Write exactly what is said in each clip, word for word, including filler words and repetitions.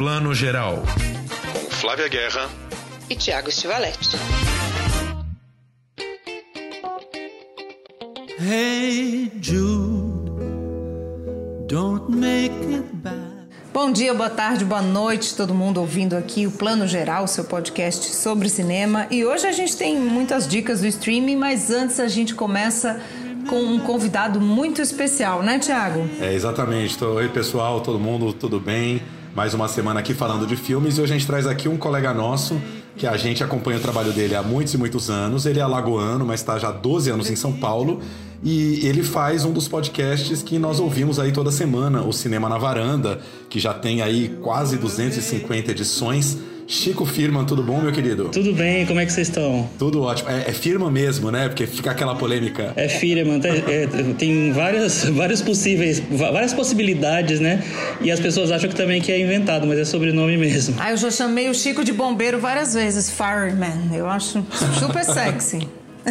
Plano Geral, com Flávia Guerra e Thiago Stivaletti. Hey Jude, don't make it bad. Bom dia, boa tarde, boa noite, todo mundo ouvindo aqui o Plano Geral, seu podcast sobre cinema. E hoje a gente tem muitas dicas do streaming, mas antes a gente começa com um convidado muito especial, né, Thiago? É, exatamente. Oi, pessoal, todo mundo, tudo bem? Mais uma semana aqui falando de filmes e hoje a gente traz aqui um colega nosso que a gente acompanha o trabalho dele há muitos e muitos anos. Ele é alagoano, mas está já há doze anos em São Paulo e ele faz um dos podcasts que nós ouvimos aí toda semana, o Cinema na Varanda, que já tem aí quase duzentas e cinquenta edições. Chico Firman, tudo bom, meu querido? Tudo bem, como é que vocês estão? Tudo ótimo. É, é Firman mesmo, né? Porque fica aquela polêmica. É Firman, é, é, tem várias, várias possíveis, várias possibilidades, né? E as pessoas acham que também que é inventado, mas é sobrenome mesmo. Ah, eu já chamei o Chico de bombeiro várias vezes, Fireman. Eu acho super sexy.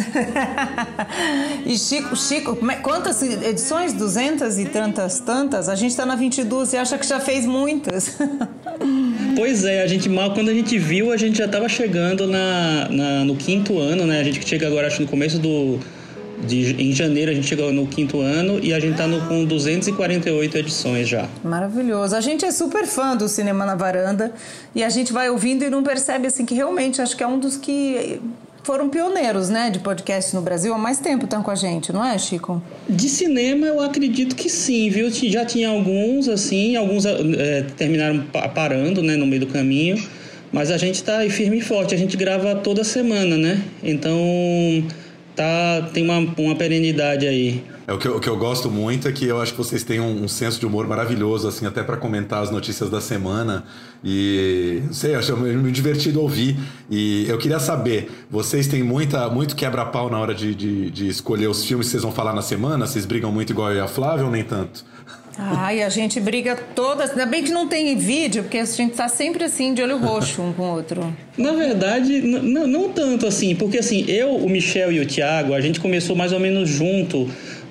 E Chico, Chico, quantas edições? duzentas e tantas, tantas? A gente tá na vinte e duas e acha que já fez muitas. Pois é, a gente mal, quando a gente viu, a gente já tava chegando na, na, no quinto ano, né? A gente chega agora, acho que no começo do... De, em janeiro a gente chegou no quinto ano e a gente tá no, com duzentas e quarenta e oito edições já. Maravilhoso. A gente é super fã do Cinema na Varanda e a gente vai ouvindo e não percebe assim que realmente acho que é um dos que foram pioneiros, né, de podcast no Brasil. Há mais tempo estão com a gente, não é, Chico? De cinema eu acredito que sim, viu? Já tinha alguns, assim, alguns é, terminaram parando, né, no meio do caminho, mas a gente tá aí firme e forte. A gente grava toda semana, né? Então tá, tem uma, uma perenidade aí. É, o, que eu, o que eu gosto muito é que eu acho que vocês têm um, um senso de humor maravilhoso, assim, até para comentar as notícias da semana. E, não sei, acho muito divertido ouvir. E eu queria saber, vocês têm muita, muito quebra-pau na hora de, de, de escolher os filmes que vocês vão falar na semana? Vocês brigam muito igual eu e a Flávia ou nem tanto? Ai, a gente briga todas. Ainda bem que não tem vídeo, porque a gente tá sempre assim, de olho roxo um com o outro. Na verdade, n- não tanto assim, porque assim, eu, o Michel e o Thiago, a gente começou mais ou menos junto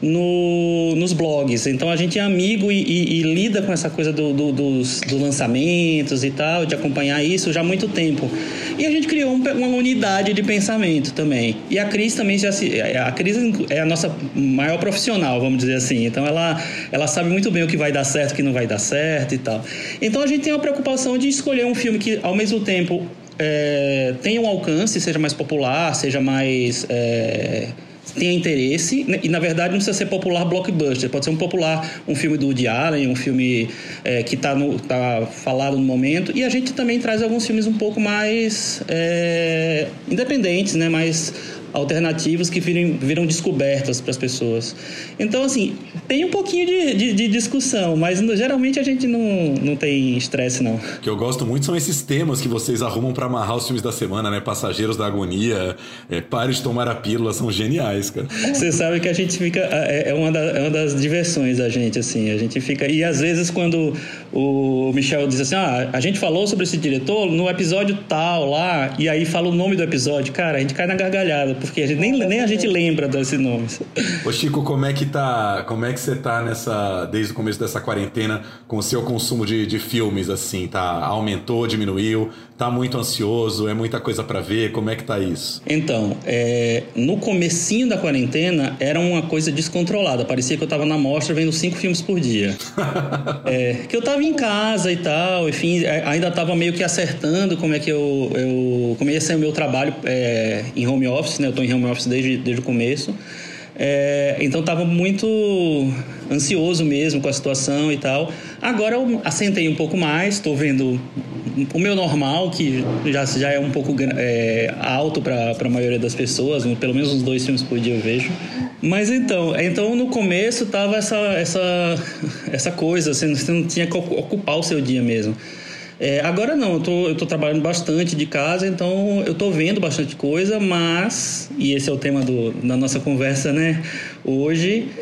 no, nos blogs. Então a gente é amigo e, e, e lida com essa coisa do, do, dos, dos lançamentos e tal, de acompanhar isso já há muito tempo. E a gente criou um, uma unidade de pensamento também. E a Cris também já se... A Cris é a nossa maior profissional, vamos dizer assim. Então ela, ela sabe muito bem o que vai dar certo, o que não vai dar certo e tal. Então a gente tem uma preocupação de escolher um filme que, ao mesmo tempo, é, tenha um alcance, seja mais popular, seja mais... É, tenha interesse, e na verdade não precisa ser popular blockbuster, pode ser um popular, um filme do Woody Allen, um filme é, que está tá falado no momento, e a gente também traz alguns filmes um pouco mais é, independentes, né, mais alternativos que viram, viram descobertas para as pessoas. Então, assim, tem um pouquinho de, de, de discussão, mas no, geralmente a gente não, não tem estresse, não. O que eu gosto muito são esses temas que vocês arrumam para amarrar os filmes da semana, né? Passageiros da Agonia, é, Pare de Tomar a Pílula, são geniais, cara. Você sabe que a gente fica... É, é, uma da, é uma das diversões da gente, assim. A gente fica... E às vezes quando o Michel diz assim, ah, a gente falou sobre esse diretor no episódio tal lá, e aí fala o nome do episódio, cara, a gente cai na gargalhada, porque a gente, nem, nem a gente lembra desses nomes. Ô Chico, como é que tá, como é que você tá nessa, desde o começo dessa quarentena com o seu consumo de, de filmes, assim, tá? Aumentou, diminuiu? Tá muito ansioso? É muita coisa pra ver? Como é que tá isso? Então, é, no comecinho da quarentena era uma coisa descontrolada. Parecia que eu tava na mostra vendo cinco filmes por dia. é, que eu tava em casa e tal, enfim, ainda tava meio que acertando como é que eu, eu comecei o meu trabalho é, em home office, né? Eu tô em home office desde, desde o começo. É, então estava muito ansioso mesmo com a situação e tal. Agora eu assentei um pouco mais, estou vendo o meu normal, que já, já é um pouco é, alto para a maioria das pessoas, pelo menos uns dois filmes por dia eu vejo. Mas então, então no começo tava essa, essa, essa coisa, você não tinha que ocupar o seu dia mesmo. É, agora não, eu tô, eu tô trabalhando bastante de casa, então eu tô vendo bastante coisa, mas, e esse é o tema do, da nossa conversa, né, hoje,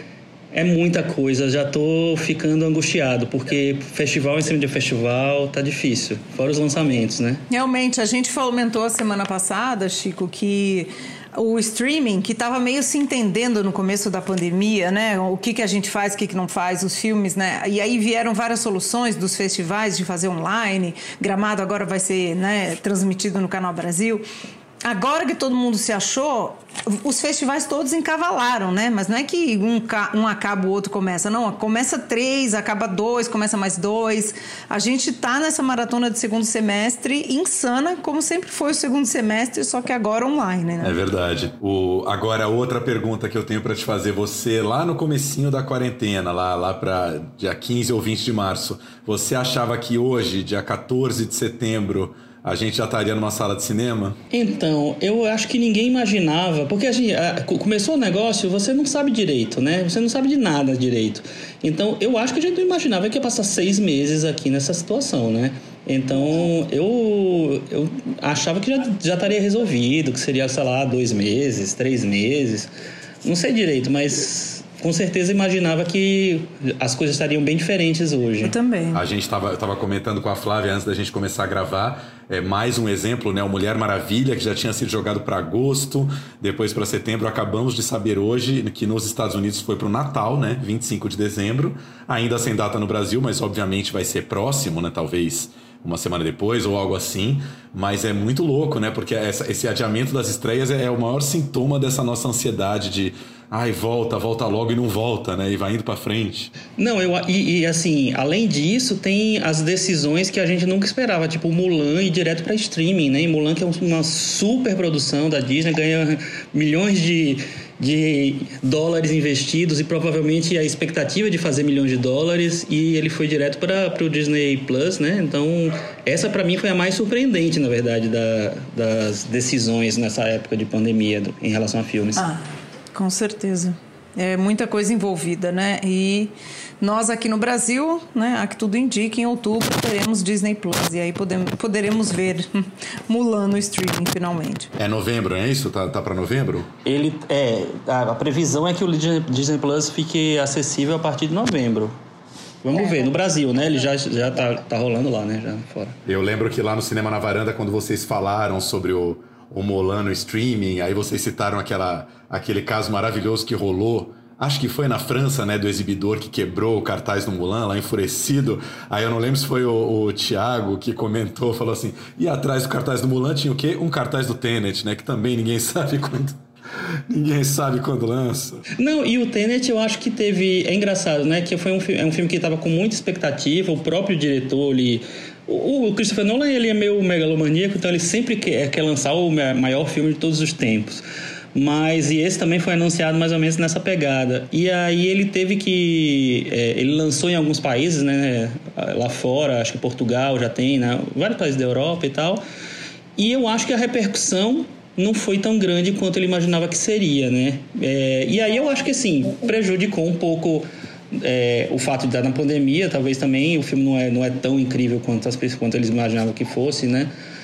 É muita coisa, já tô ficando angustiado, porque festival em cima de festival tá difícil, fora os lançamentos, né? Realmente, a gente comentou a semana passada, Chico, que o streaming, que estava meio se entendendo no começo da pandemia, né? O que, que a gente faz, o que, que não faz, os filmes, né? E aí vieram várias soluções dos festivais de fazer online, Gramado agora vai ser, né, transmitido no Canal Brasil. Agora que todo mundo se achou, os festivais todos encavalaram, né? Mas não é que um, um acaba, o outro começa. Não, começa três, acaba dois, começa mais dois. A gente tá nessa maratona de segundo semestre insana, como sempre foi o segundo semestre, só que agora online, né? É verdade. O, agora, outra pergunta que eu tenho para te fazer. Você, lá no comecinho da quarentena, lá, lá para dia quinze ou vinte de março, você achava que hoje, dia quatorze de setembro... a gente já estaria numa sala de cinema? Então, eu acho que ninguém imaginava, porque a gente, a, começou o negócio, você não sabe direito, né? Você não sabe de nada direito. Então, eu acho que a gente não imaginava que ia passar seis meses aqui nessa situação, né? Então, eu, eu achava que já, já estaria resolvido, que seria, sei lá, dois meses, três meses. Não sei direito, mas... com certeza imaginava que as coisas estariam bem diferentes hoje. Eu também. A gente estava tava comentando com a Flávia antes da gente começar a gravar, é, mais um exemplo, né? O Mulher Maravilha, que já tinha sido jogado para agosto, depois para setembro. Acabamos de saber hoje que nos Estados Unidos foi para o Natal, né? vinte e cinco de dezembro. Ainda sem data no Brasil, mas obviamente vai ser próximo, né? Talvez uma semana depois ou algo assim. Mas é muito louco, né? Porque essa, esse adiamento das estreias é, é o maior sintoma dessa nossa ansiedade de... ai, volta, volta logo e não volta, né? E vai indo pra frente. Não, eu, e, e assim, além disso, tem as decisões que a gente nunca esperava, tipo Mulan ir direto pra streaming, né? E Mulan, que é uma super produção da Disney, ganha milhões de, de dólares investidos e provavelmente a expectativa de fazer milhões de dólares, e ele foi direto para pro Disney Plus, né? Então, essa pra mim foi a mais surpreendente, na verdade, da, das decisões nessa época de pandemia do, em relação a filmes. Ah. Com certeza. É muita coisa envolvida, né? E nós aqui no Brasil, né, a que tudo indica, em outubro teremos Disney Plus. E aí podemos, poderemos ver Mulan no streaming, finalmente. É novembro, não é isso? Tá, tá para novembro? Ele, é, a, a previsão é que o Disney Plus fique acessível a partir de novembro. Vamos é. ver, no Brasil, né? Ele já, já tá, tá rolando lá, né? Já fora. Eu lembro que lá no Cinema na Varanda, quando vocês falaram sobre o, o Mulan no streaming, aí vocês citaram aquela... aquele caso maravilhoso que rolou, acho que foi na França, né, do exibidor que quebrou o cartaz do Mulan, lá enfurecido. Aí eu não lembro se foi o, o Thiago que comentou, falou assim, e atrás do cartaz do Mulan tinha o quê? Um cartaz do Tenet, né, que também ninguém sabe quando... ninguém sabe quando lança. Não, e o Tenet eu acho que teve... É engraçado, né, que foi um, é um filme que estava com muita expectativa, o próprio diretor, ele... O Christopher Nolan, ele é meio megalomaníaco, então ele sempre quer, quer lançar o maior filme de todos os tempos. Mas e esse também foi anunciado mais ou menos nessa pegada. E aí ele teve que... É, ele lançou em alguns países, né? Lá fora, acho que Portugal já tem, né? Vários países da Europa e tal. E eu acho que a repercussão não foi tão grande quanto ele imaginava que seria, né? É, e aí eu acho que, assim, prejudicou um pouco... É, o fato de estar na pandemia, talvez também o filme não é, não é tão incrível quanto, as, quanto eles imaginavam que fosse, né?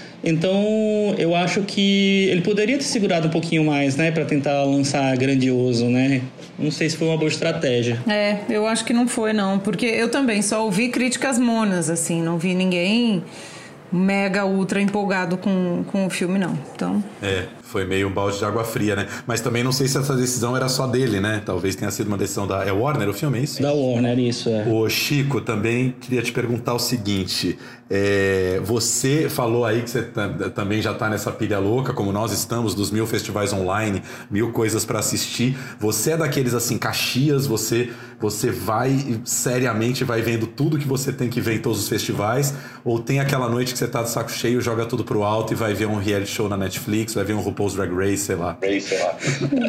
Então, eu acho que ele poderia ter segurado um pouquinho mais, né? Para tentar lançar grandioso, né? Não sei se foi uma boa estratégia. É, eu acho que não foi, não. Porque eu também só ouvi críticas monas, assim. Não vi ninguém mega, ultra empolgado com, com o filme, não. Então... É, foi meio um balde de água fria, né? Mas também não sei se essa decisão era só dele, né? Talvez tenha sido uma decisão da... É Warner o filme, é isso? Da Warner, isso, é. Ô, Chico, também queria te perguntar o seguinte... É, você falou aí que você t- também já está nessa pilha louca, como nós estamos, dos mil festivais online, mil coisas para assistir. Você é daqueles, assim, Caxias, você, você vai seriamente, vai vendo tudo que você tem que ver em todos os festivais? Ou tem aquela noite que você tá de saco cheio, joga tudo pro alto e vai ver um reality show na Netflix, vai ver um RuPaul's Drag Race, sei lá? Sei lá.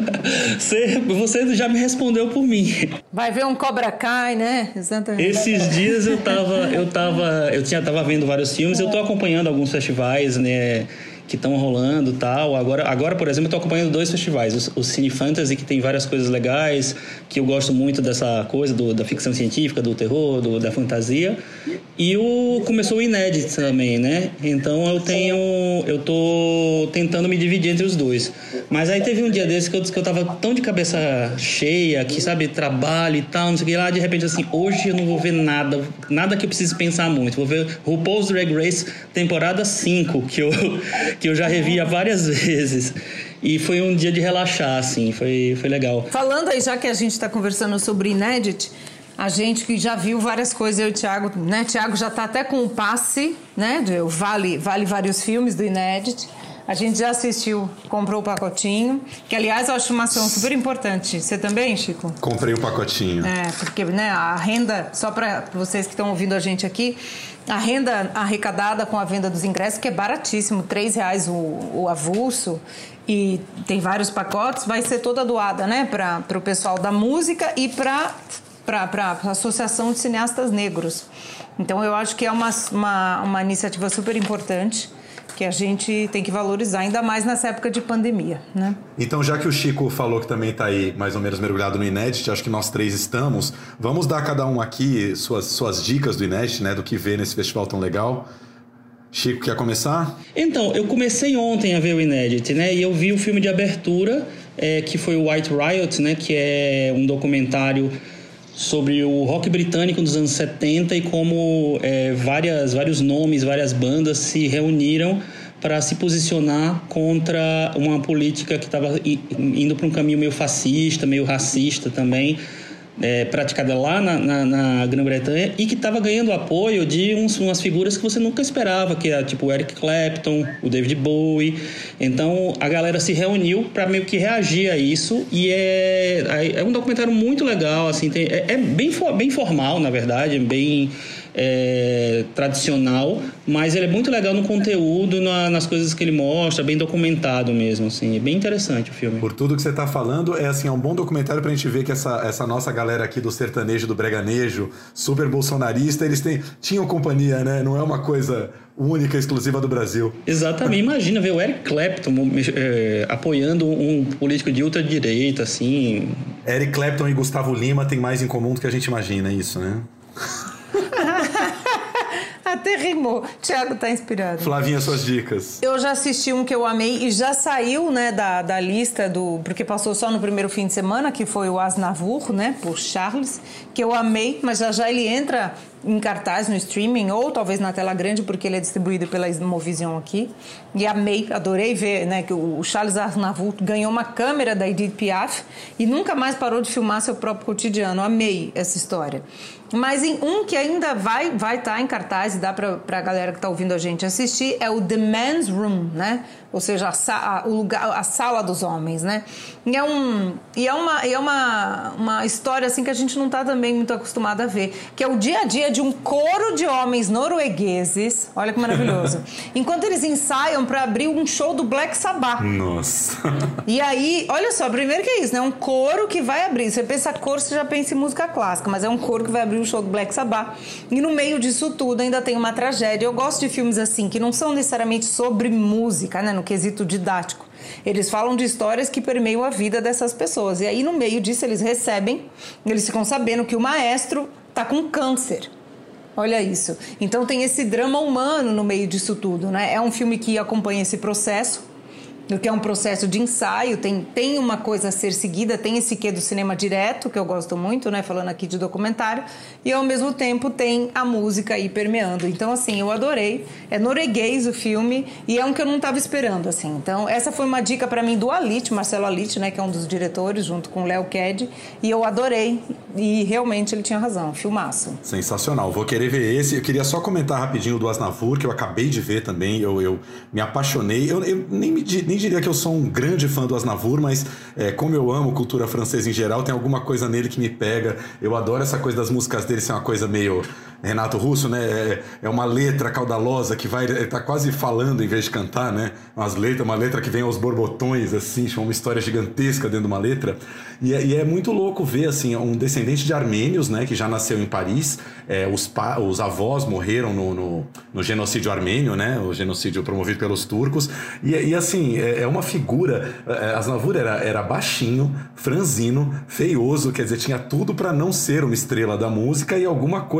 você, você já me respondeu por mim. Vai ver um Cobra Kai, né? Exatamente. Esses dias eu tava, eu tava, eu tinha, tava vendo vários filmes, eu tô acompanhando alguns festivais, né, que estão rolando e tal. Agora, agora, por exemplo, eu tô acompanhando dois festivais. O, o Cine Fantasy, que tem várias coisas legais, que eu gosto muito dessa coisa do, da ficção científica, do terror, do, da fantasia. E o, começou o inédito também, né? Então eu tenho. Eu tô tentando me dividir entre os dois. Mas aí teve um dia desse que eu disse que eu tava tão de cabeça cheia, que sabe, trabalho e tal, não sei o que lá, de repente assim, hoje eu não vou ver nada, nada que eu precise pensar muito. Vou ver RuPaul's Drag Race temporada cinco, que eu, que eu já revi várias vezes. E foi um dia de relaxar, assim, foi, foi legal. Falando aí, já que a gente tá conversando sobre inédito, a gente que já viu várias coisas, eu e o Thiago, né? Thiago já tá até com o passe, né? De vale, vale vários filmes do inédito. A gente já assistiu, comprou o pacotinho, que aliás eu acho uma ação super importante. Você também, Chico? Comprei o pacotinho. É, porque né, a renda, só para vocês que estão ouvindo a gente aqui, a renda arrecadada com a venda dos ingressos, que é baratíssimo, três reais o, o avulso, e tem vários pacotes, vai ser toda doada, né? Para o pessoal da música e para para a Associação de Cineastas Negros. Então eu acho que é uma, uma, uma iniciativa super importante que a gente tem que valorizar, ainda mais nessa época de pandemia, né? Então, já que o Chico falou que também está aí mais ou menos mergulhado no inédito, acho que nós três estamos, vamos dar a cada um aqui suas, suas dicas do inédito, né? Do que vê nesse festival tão legal. Chico, quer começar? Então, eu comecei ontem a ver o inédito, né? E eu vi o filme de abertura, é, que foi o White Riot, né? Que é um documentário sobre o rock britânico dos anos setenta e como é, várias, vários nomes, várias bandas se reuniram para se posicionar contra uma política que estava indo para um caminho meio fascista, meio racista também, é, praticada lá na, na, na Grã-Bretanha, e que estava ganhando apoio de uns, umas figuras que você nunca esperava, que é tipo o Eric Clapton, o David Bowie. Então a galera se reuniu para meio que reagir a isso, e é, é um documentário muito legal, assim, tem, é, é bem, bem formal, na verdade, bem é, tradicional, mas ele é muito legal no conteúdo, na, nas coisas que ele mostra, bem documentado mesmo, assim, é bem interessante o filme. Por tudo que você está falando, é assim, é um bom documentário pra gente ver que essa, essa nossa galera aqui do sertanejo, do breganejo, super bolsonarista, eles têm, tinham companhia, né? Não é uma coisa única, exclusiva do Brasil. Exatamente, imagina ver o Eric Clapton é, apoiando um político de ultradireita, assim. Eric Clapton e Gustavo Lima têm mais em comum do que a gente imagina, é isso, né? Até rimou. Thiago tá inspirado. Flavinha, suas dicas. Eu já assisti um que eu amei e já saiu, né, da, da lista do... Porque passou só no primeiro fim de semana, que foi o Aznavour, né, por Charles, que eu amei, mas já já ele entra em cartaz no streaming, ou talvez na tela grande, porque ele é distribuído pela Movision aqui. E amei, adorei ver, né, que o Charles Aznavour ganhou uma câmera da Edith Piaf e nunca mais parou de filmar seu próprio cotidiano. Amei essa história. Mas em um que ainda vai vai estar em cartaz e dá pra, pra galera que tá ouvindo a gente assistir, é o The Men's Room, né? Ou seja, a, a, o lugar, a sala dos homens, né? E é, um, e é, uma, e é uma, uma história assim que a gente não tá também muito acostumado a ver, que é o dia a dia de um coro de homens noruegueses, olha que maravilhoso, enquanto eles ensaiam pra abrir um show do Black Sabbath. Nossa. E aí, olha só, primeiro que é isso, né? Um coro que vai abrir. Você pensa coro, você já pensa em música clássica, mas é um coro que vai abrir o show do Black Sabbath. E no meio disso tudo ainda tem uma tragédia. Eu gosto de filmes assim, que não são necessariamente sobre música, né? No quesito didático. Eles falam de histórias que permeiam a vida dessas pessoas. E aí no meio disso eles recebem, eles ficam sabendo que o maestro tá com câncer. Olha isso. Então tem esse drama humano no meio disso tudo, né? É um filme que acompanha esse processo, do que é um processo de ensaio, tem, tem uma coisa a ser seguida, tem esse quê do cinema direto, que eu gosto muito, né, falando aqui de documentário, e ao mesmo tempo tem a música aí permeando. Então, assim, eu adorei, é norueguês o filme, e é um que eu não estava esperando, assim. Então, essa foi uma dica para mim do Alit, Marcelo Alit, né, que é um dos diretores, junto com o Léo Ked, e eu adorei, e realmente ele tinha razão, filmaço. Sensacional, vou querer ver esse. Eu queria só comentar rapidinho do Aznavour, que eu acabei de ver também, eu, eu me apaixonei, eu, eu nem me nem diria que eu sou um grande fã do Aznavour, mas é, como eu amo cultura francesa em geral, tem alguma coisa nele que me pega. Eu adoro essa coisa das músicas dele ser uma coisa meio Renato Russo, né? É, é uma letra caudalosa que vai, ele tá quase falando em vez de cantar, né? Umas letras, uma letra que vem aos borbotões, assim, uma história gigantesca dentro de uma letra. E é, e é muito louco ver, assim, um descendente de armênios, né? Que já nasceu em Paris. É, os, pa, os avós morreram no, no, no genocídio armênio, né? O genocídio promovido pelos turcos. E, e assim, é, é uma figura... Aznavour era, era baixinho, franzino, feioso, quer dizer, tinha tudo para não ser uma estrela da música, e alguma coisa ali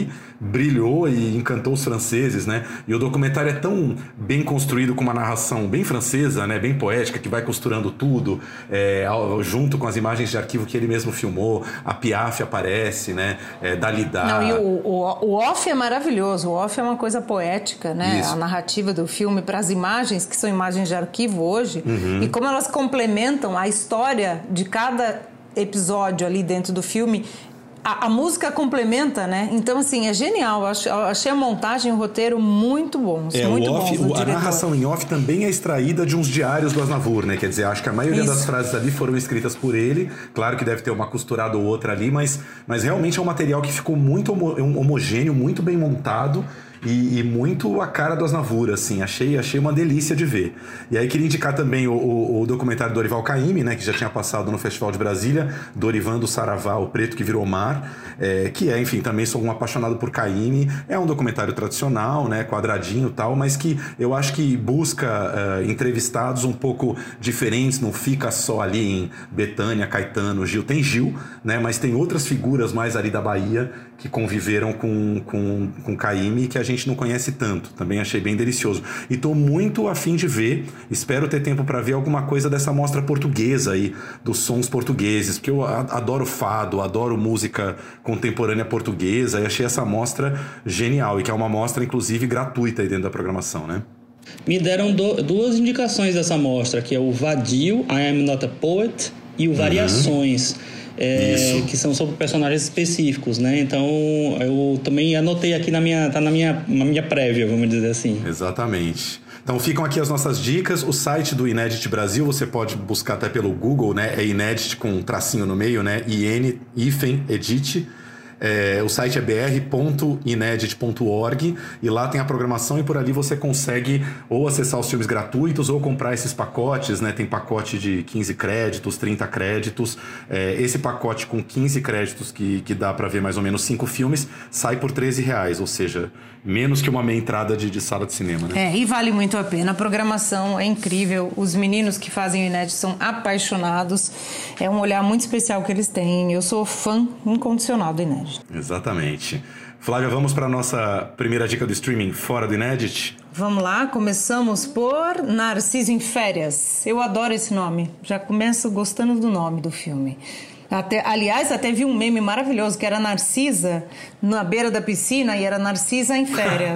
ali, brilhou e encantou os franceses, né? E o documentário é tão bem construído, com uma narração bem francesa, né? Bem poética, que vai costurando tudo, é, junto com as imagens de arquivo que ele mesmo filmou. A Piaf aparece, né? É, Dalida. Não, e o, o, o off é maravilhoso. O off é uma coisa poética, né? Isso. A narrativa do filme para as imagens, que são imagens de arquivo hoje, uhum. e como elas complementam a história de cada episódio ali dentro do filme. A, a música complementa, né? Então, assim, é genial. Eu achei, eu achei a montagem e o roteiro muito bons. É, muito o off, bons. O, a narração em off também é extraída de uns diários do Aznavour, né? Quer dizer, acho que a maioria Isso. das frases ali foram escritas por ele. Claro que deve ter uma costurada ou outra ali, mas, mas realmente é um material que ficou muito homo, homogêneo, muito bem montado. E, e muito a cara do Aznavour, assim, achei, achei uma delícia de ver. E aí queria indicar também o, o, o documentário Dorival Caymmi, né, que já tinha passado no Festival de Brasília, Dorivan do Saravá, O Preto que Virou Mar, é, que é, enfim, também sou um apaixonado por Caymmi. É um documentário tradicional, né, quadradinho e tal, mas que eu acho que busca uh, entrevistados um pouco diferentes, não fica só ali em Bethânia, Caetano, Gil. Tem Gil, né, mas tem outras figuras mais ali da Bahia que conviveram com, com, com Caymmi, que a gente não conhece tanto. Também achei bem delicioso. E tô muito afim de ver, espero ter tempo para ver alguma coisa dessa mostra portuguesa aí, dos sons portugueses, porque eu adoro fado, adoro música contemporânea portuguesa, e achei essa mostra genial, e que é uma mostra, inclusive, gratuita aí dentro da programação, né? Me deram do, duas indicações dessa mostra, que é o Vadio, I Am Not a Poet, e o Variações. Uhum. É, que são sobre personagens específicos, né? Então eu também anotei aqui na minha, tá na minha, na minha prévia, vamos dizer assim. Exatamente. Então ficam aqui as nossas dicas. O site do Inédit Brasil você pode buscar até pelo Google, né? É Inédit com um tracinho no meio, né? I N hífen Edit. É, o site é b r ponto inedit ponto org e lá tem a programação, e por ali você consegue ou acessar os filmes gratuitos ou comprar esses pacotes, né? Tem pacote de quinze créditos, trinta créditos. É, esse pacote com quinze créditos que, que dá para ver mais ou menos cinco filmes sai por treze reais, ou seja, menos que uma meia entrada de, de sala de cinema, né? É, e vale muito a pena. A programação é incrível. Os meninos que fazem o Inédit são apaixonados. É um olhar muito especial que eles têm. Eu sou fã incondicional do Inédit. Exatamente. Flávia, vamos para a nossa primeira dica do streaming fora do Inédit? Vamos lá, começamos por Narciso em Férias. Eu adoro esse nome. Já começo gostando do nome do filme. Até, aliás, até vi um meme maravilhoso que era Narcisa na beira da piscina e era Narcisa em férias.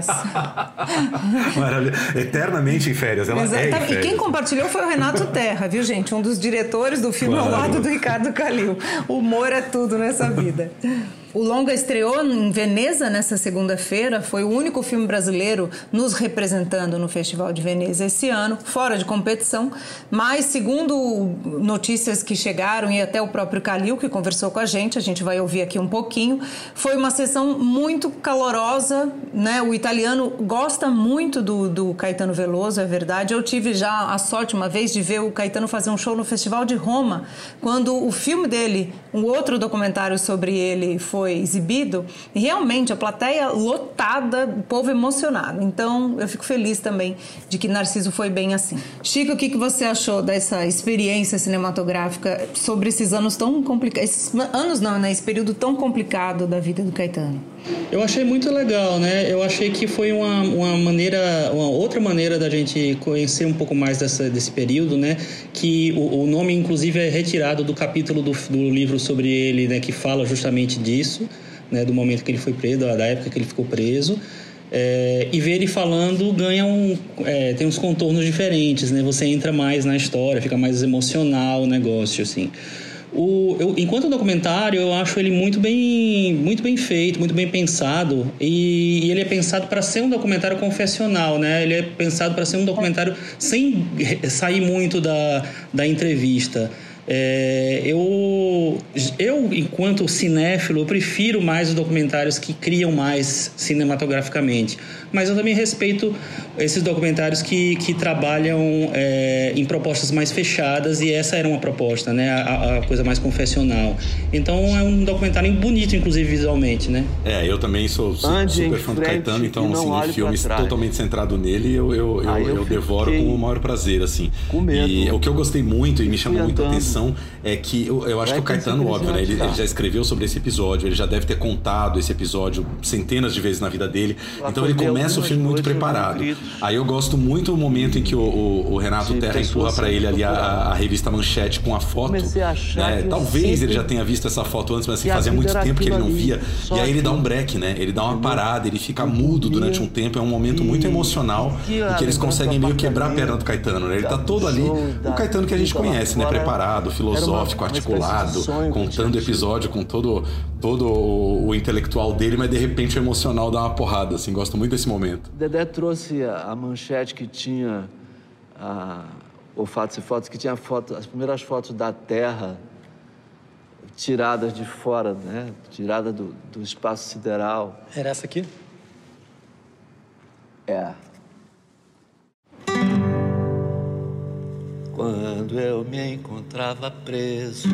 Maravilha. Eternamente em férias. Ela é em férias. E quem compartilhou foi o Renato Terra, viu, gente? Um dos diretores do filme, claro, ao lado do Ricardo Calil. O humor é tudo nessa vida. O longa estreou em Veneza nessa segunda-feira. Foi o único filme brasileiro nos representando no Festival de Veneza esse ano, fora de competição. Mas, segundo notícias que chegaram, e até o próprio Calil, que conversou com a gente, a gente vai ouvir aqui um pouquinho, foi uma sessão muito calorosa, né? O italiano gosta muito do, do Caetano Veloso, é verdade. Eu tive já a sorte uma vez de ver o Caetano fazer um show no Festival de Roma, quando o filme dele, um outro documentário sobre ele, foi exibido, e realmente a plateia lotada, o povo emocionado. Então eu fico feliz também de que Narciso foi bem assim. Chico, o que, que você achou dessa experiência cinematográfica sobre esses anos tão complicados, esses anos não, né? Esse período tão complicado da vida do Caetano? Eu achei muito legal, né? Eu achei que foi uma, uma maneira, uma outra maneira da gente conhecer um pouco mais dessa, desse período, né? Que o, o nome, inclusive, é retirado do capítulo do, do livro sobre ele, né? Que fala justamente disso, né? Do momento que ele foi preso, da época que ele ficou preso. É, e ver ele falando ganha um, é, tem uns contornos diferentes, né? Você entra mais na história, fica mais emocional o negócio, assim. O, eu, enquanto documentário, eu acho ele muito bem, muito bem feito, muito bem pensado, e, e ele é pensado para ser um documentário confessional, né? Ele é pensado para ser um documentário sem sair muito da, da entrevista. É, eu, eu, enquanto cinéfilo, eu prefiro mais os documentários que criam mais cinematograficamente. Mas eu também respeito esses documentários que, que trabalham é, em propostas mais fechadas, e essa era uma proposta, né? A, a coisa mais confessional. Então é um documentário bonito, inclusive visualmente, né? É, eu também sou super Ande fã do Caetano, então assim, filmes totalmente centrado nele, eu, eu, eu, eu, eu devoro fiquei... com o maior prazer, assim. Com medo. E o que eu gostei muito e me chamou muita atenção impressão é que eu, eu acho que o Caetano, óbvio, né? Ele, ele já escreveu sobre esse episódio, ele já deve ter contado esse episódio centenas de vezes na vida dele. Então ele começa o filme muito preparado. Aí eu gosto muito do momento em que o, o, o Renato Terra empurra pra ele ali a, a revista Manchete com a foto. Né? Talvez ele já tenha visto essa foto antes, mas assim, fazia muito tempo que ele não via. E aí ele dá um break, né? Ele dá uma parada, ele fica mudo durante um tempo. É um momento muito emocional em que eles conseguem meio quebrar a perna do Caetano, né? Ele tá todo ali, o Caetano que a gente conhece, né? Preparado, filosófico, articulado, contando o episódio com todo, todo o, o intelectual dele, mas de repente o emocional dá uma porrada, assim. Gosto muito desse momento. Dedé trouxe a, a manchete que tinha a, o Fatos e Fotos, que tinha foto, as primeiras fotos da Terra tiradas de fora, né? Tiradas do, do espaço sideral. Era essa aqui? É. Quando eu me encontrava preso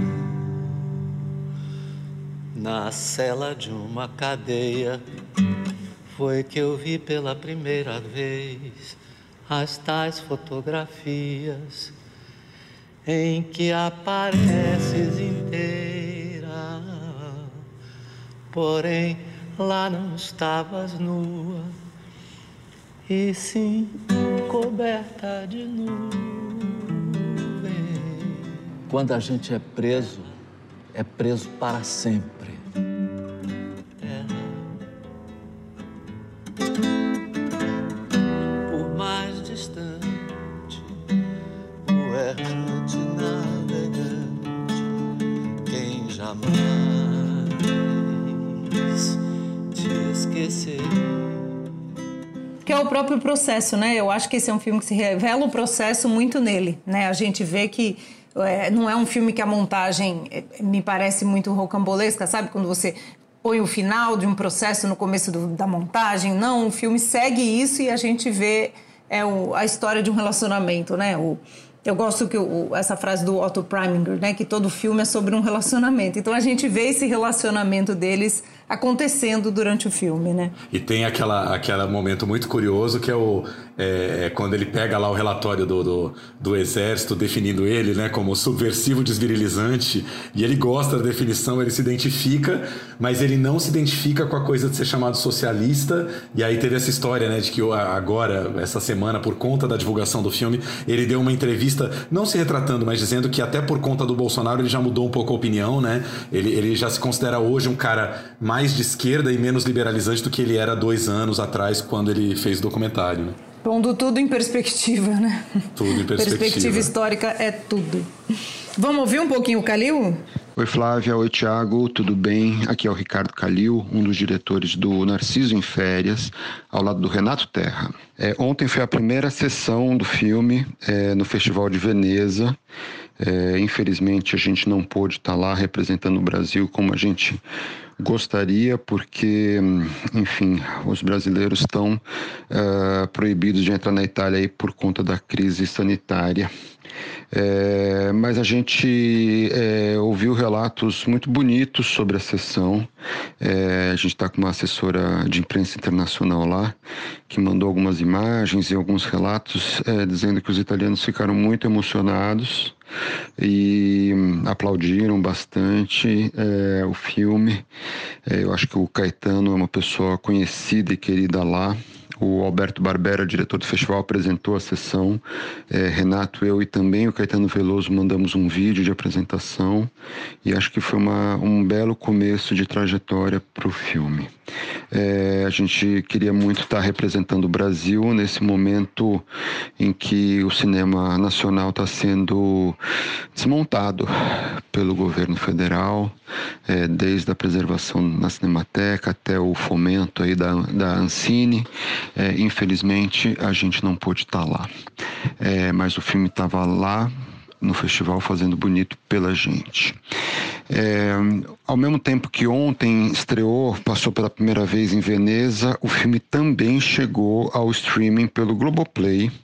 na cela de uma cadeia, foi que eu vi pela primeira vez as tais fotografias em que apareces inteira. Porém, lá não estavas nua, e sim coberta de nuvem. Quando a gente é preso, é preso para sempre. É. Por mais distante, o errante navegante, quem jamais te esquecer. Que é o próprio processo, né? Eu acho que esse é um filme que se revela o processo muito nele, né? A gente vê que é, não é um filme que a montagem é, me parece muito rocambolesca, sabe? Quando você põe o final de um processo no começo do, da montagem. Não, o filme segue isso e a gente vê é, o, a história de um relacionamento, né? O, eu gosto que o, essa frase do Otto Preminger, né? Que todo filme é sobre um relacionamento. Então a gente vê esse relacionamento deles acontecendo durante o filme, né? E tem aquela, aquele momento muito curioso que é o é, quando ele pega lá o relatório do, do, do exército definindo ele, né, como subversivo desvirilizante, e ele gosta da definição, ele se identifica, mas ele não se identifica com a coisa de ser chamado socialista. E aí teve essa história, né, de que agora, essa semana, por conta da divulgação do filme, ele deu uma entrevista, não se retratando, mas dizendo que até por conta do Bolsonaro ele já mudou um pouco a opinião, né? Ele, ele já se considera hoje um cara mais de esquerda e menos liberalizante do que ele era dois anos atrás, quando ele fez o documentário, né? Pondo tudo em perspectiva, né? Tudo em perspectiva. Perspectiva histórica é tudo. Vamos ouvir um pouquinho o Calil? Oi, Flávia. Oi, Thiago. Tudo bem? Aqui é o Ricardo Calil, um dos diretores do Narciso em Férias, ao lado do Renato Terra. É, ontem foi a primeira sessão do filme é, no Festival de Veneza. É, infelizmente, a gente não pôde estar lá representando o Brasil como a gente gostaria, porque, enfim, os brasileiros estão uh, proibidos de entrar na Itália aí por conta da crise sanitária. É, mas a gente é, ouviu relatos muito bonitos sobre a sessão. É, a gente está com uma assessora de imprensa internacional lá, que mandou algumas imagens e alguns relatos é, dizendo que os italianos ficaram muito emocionados e aplaudiram bastante é, o filme. É, eu acho que o Caetano é uma pessoa conhecida e querida lá. O Alberto Barbera, diretor do festival, apresentou a sessão. É, Renato, eu e também o Caetano Veloso mandamos um vídeo de apresentação e acho que foi uma, um belo começo de trajetória para o filme. É, a gente queria muito estar representando o Brasil nesse momento em que o cinema nacional está sendo desmontado pelo governo federal, é, desde a preservação na Cinemateca até o fomento aí da, da Ancine. É, infelizmente, a gente não pôde estar lá, é, mas o filme estava lá no festival fazendo bonito pela gente. É, ao mesmo tempo que ontem estreou, passou pela primeira vez em Veneza, o filme também chegou ao streaming pelo Globoplay.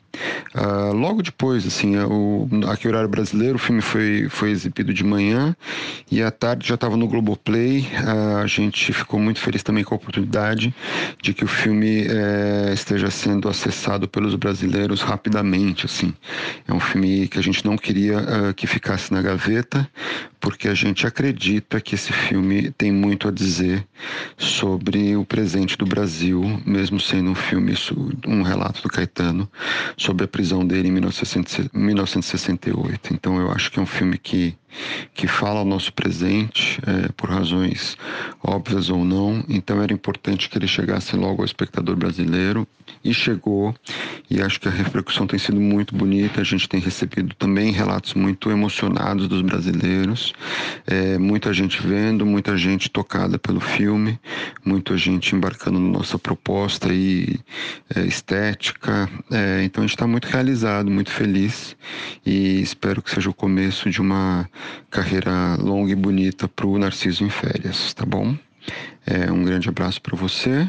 Uh, logo depois, assim, o, aqui o horário brasileiro, o filme foi, foi exibido de manhã e à tarde já estava no Globoplay. Uh, a gente ficou muito feliz também com a oportunidade de que o filme eh, esteja sendo acessado pelos brasileiros rapidamente, assim. É um filme que a gente não queria uh, que ficasse na gaveta, porque a gente acredita que esse filme tem muito a dizer sobre o presente do Brasil, mesmo sendo um filme, um relato do Caetano, sobre a prisão dele em mil novecentos e sessenta e oito. Então eu acho que é um filme que, que fala ao nosso presente, é, por razões óbvias ou não. Então era importante que ele chegasse logo ao espectador brasileiro, e chegou, e acho que a repercussão tem sido muito bonita. A gente tem recebido também relatos muito emocionados dos brasileiros, é, muita gente vendo, muita gente tocada pelo filme, muita gente embarcando na nossa proposta e, é, estética, é, então a gente está muito realizado, muito feliz, e espero que seja o começo de uma carreira longa e bonita para o Narciso em Férias, tá bom? É, um grande abraço para você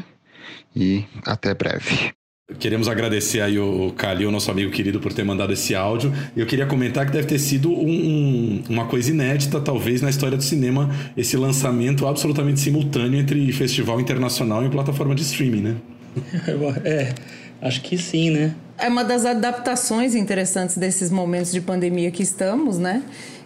e até breve. Queremos agradecer aí o Calil, nosso amigo querido, por ter mandado esse áudio. Eu queria comentar que deve ter sido um, um, uma coisa inédita, talvez, na história do cinema, esse lançamento absolutamente simultâneo entre festival internacional e plataforma de streaming, né? É, acho que sim, né? É uma das adaptações interessantes desses momentos de pandemia que estamos, né?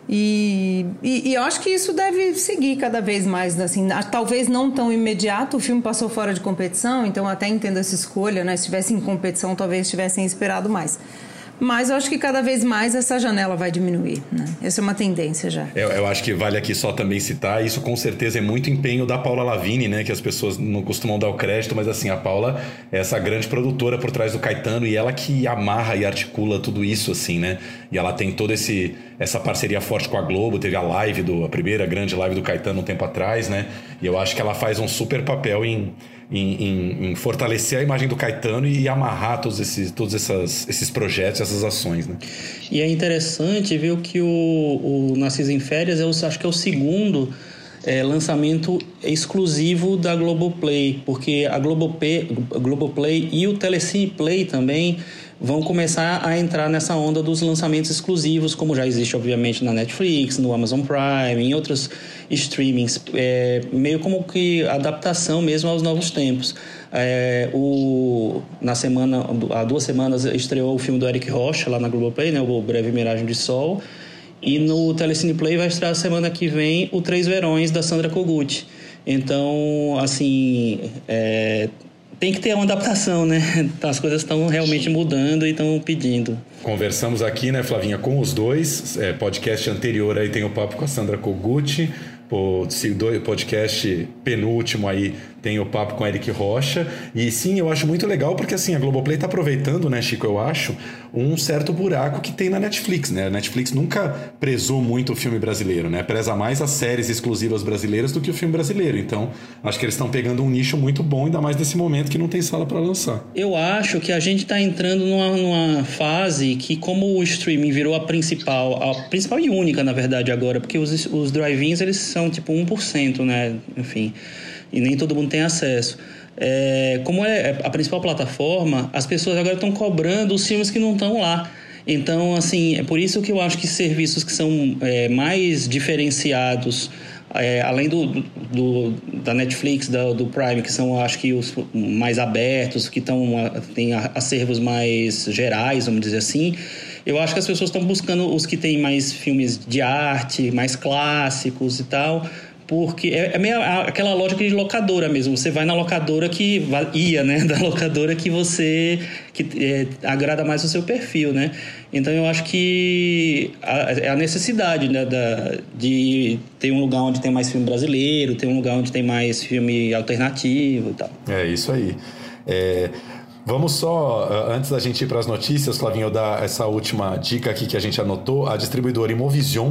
E, e, e eu acho que isso deve seguir cada vez mais, assim, talvez não tão imediato. O filme passou fora de competição, então eu até entendo essa escolha, né? Se estivesse em competição, talvez tivessem esperado mais. Mas eu acho que cada vez mais essa janela vai diminuir, né? Essa é uma tendência já. Eu, eu acho que vale aqui só também citar, isso com certeza é muito empenho da Paula Lavigne, né? Que as pessoas não costumam dar o crédito, mas assim, a Paula é essa grande produtora por trás do Caetano, e ela que amarra e articula tudo isso, assim, né? E ela tem toda esse, essa parceria forte com a Globo, teve a live, do, a primeira grande live do Caetano um tempo atrás, né? E eu acho que ela faz um super papel em... Em, em, em fortalecer a imagem do Caetano e amarrar todos esses, todos essas, esses projetos, essas ações, né? E é interessante ver que o, o Narciso em Férias, eu acho que é o segundo é, lançamento exclusivo da Globoplay, porque a Globoplay, a Globoplay e o Telecine Play também vão começar a entrar nessa onda dos lançamentos exclusivos, como já existe, obviamente, na Netflix, no Amazon Prime, em outros streamings, é, meio como que adaptação mesmo aos novos tempos. É, o, na semana, há duas semanas, estreou o filme do Eric Rocha, lá na Globoplay, né, o Breve Miragem de Sol, e no Telecine Play vai estrear semana que vem o Três Verões, da Sandra Kogut. Então, assim... É, tem que ter uma adaptação, né? As coisas estão realmente mudando e estão pedindo. Conversamos aqui, né, Flavinha, com os dois. É, podcast anterior aí tem o papo com a Sandra Kogut. O podcast penúltimo aí tem o papo com o Eric Rocha. E sim, eu acho muito legal porque assim, a Globoplay tá aproveitando, né, Chico, eu acho, um certo buraco que tem na Netflix, né? A Netflix nunca prezou muito o filme brasileiro, né? Preza mais as séries exclusivas brasileiras do que o filme brasileiro. Então, acho que eles estão pegando um nicho muito bom, ainda mais nesse momento que não tem sala para lançar. Eu acho que a gente tá entrando numa, numa fase que, como o streaming virou a principal, a principal e única, na verdade, agora, porque os, os drive-ins, eles são tipo um por cento, né? Enfim, e nem todo mundo tem acesso. É, como é a principal plataforma, as pessoas agora estão cobrando os filmes que não estão lá. Então, assim, é por isso que eu acho que serviços que são é, mais diferenciados, é, além do, do, da Netflix, da, do Prime, que são, acho que, os mais abertos, que tão, têm acervos mais gerais, vamos dizer assim, eu acho que as pessoas estão buscando os que têm mais filmes de arte, mais clássicos e tal, porque é, é meio aquela lógica de locadora mesmo. Você vai na locadora que ia, né? Da locadora que você que é, agrada mais o seu perfil, né? Então eu acho que é a, a necessidade, né, da, de ter um lugar onde tem mais filme brasileiro, ter um lugar onde tem mais filme alternativo e tal. É isso aí. É... Vamos só, antes da gente ir para as notícias, Flavinho, eu dar essa última dica aqui que a gente anotou. A distribuidora Imovision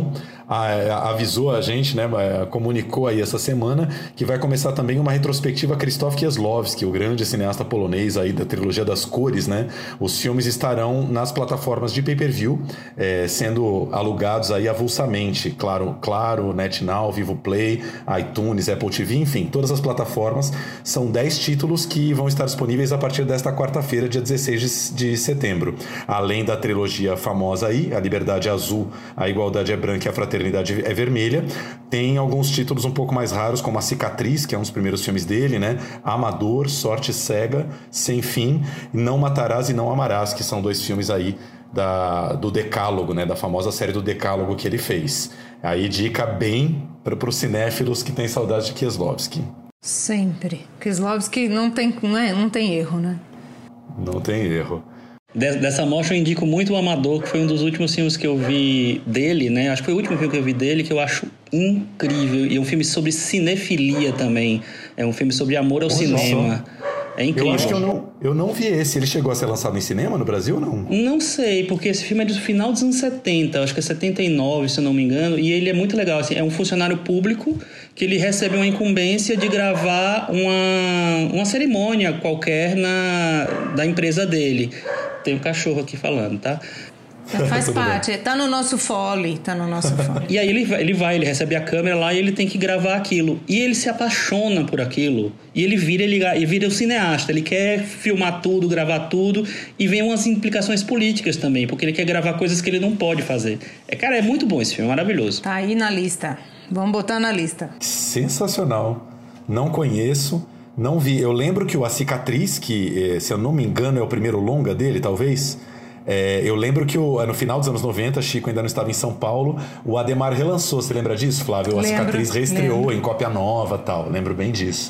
a, avisou a gente, né, comunicou aí essa semana que vai começar também uma retrospectiva Krzysztof Kieslowski, o grande cineasta polonês aí da trilogia das cores, né? Os filmes estarão nas plataformas de pay-per-view, é, sendo alugados aí avulsamente, claro, claro, NetNow, Vivo Play, iTunes, Apple T V, enfim, todas as plataformas. São dez títulos que vão estar disponíveis a partir desta quarta-feira, dia dezesseis de setembro. Além da trilogia famosa aí, A Liberdade é Azul, A Igualdade é Branca e A Fraternidade é Vermelha, tem alguns títulos um pouco mais raros, como A Cicatriz, que é um dos primeiros filmes dele, né? Amador, Sorte Cega, Sem Fim, Não Matarás e Não Amarás, que são dois filmes aí da, do Decálogo, né? Da famosa série do Decálogo que ele fez. Aí dica bem para os cinéfilos que têm saudade de Kieslowski. Sempre. Kieslowski não tem, não, é, não tem erro, né? Não tem erro. Dessa mostra eu indico muito O Amador, que foi um dos últimos filmes que eu vi dele, né? Acho que foi o último filme que eu vi dele, que eu acho incrível. E é um filme sobre cinefilia também. É um filme sobre amor ao Olha cinema. Só. É incrível. Eu acho que eu não, eu não vi esse. Ele chegou a ser lançado em cinema no Brasil ou não? Não sei, porque esse filme é do final dos anos setenta, acho que é setenta e nove, se eu não me engano, e ele é muito legal. Assim, é um funcionário público que ele recebe uma incumbência de gravar uma, uma cerimônia qualquer na, da empresa dele. Tem um cachorro aqui falando, tá? Faz parte, bem. Tá no nosso foley, tá no nosso foley. E aí ele vai, ele vai, ele recebe a câmera lá e ele tem que gravar aquilo. E ele se apaixona por aquilo. E ele vira, ele, ele vira o cineasta, ele quer filmar tudo, gravar tudo. E vem umas implicações políticas também, porque ele quer gravar coisas que ele não pode fazer. É, cara, é muito bom esse filme, maravilhoso. Tá aí na lista, vamos botar na lista. Sensacional, não conheço, não vi. Eu lembro que o A Cicatriz, que se eu não me engano é o primeiro longa dele, talvez... É, eu lembro que o, no final dos anos noventa, Chico ainda não estava em São Paulo, o Ademar relançou, você lembra disso, Flávio? A lembro, Cicatriz reestreou lembro. Em cópia nova e tal, lembro bem disso.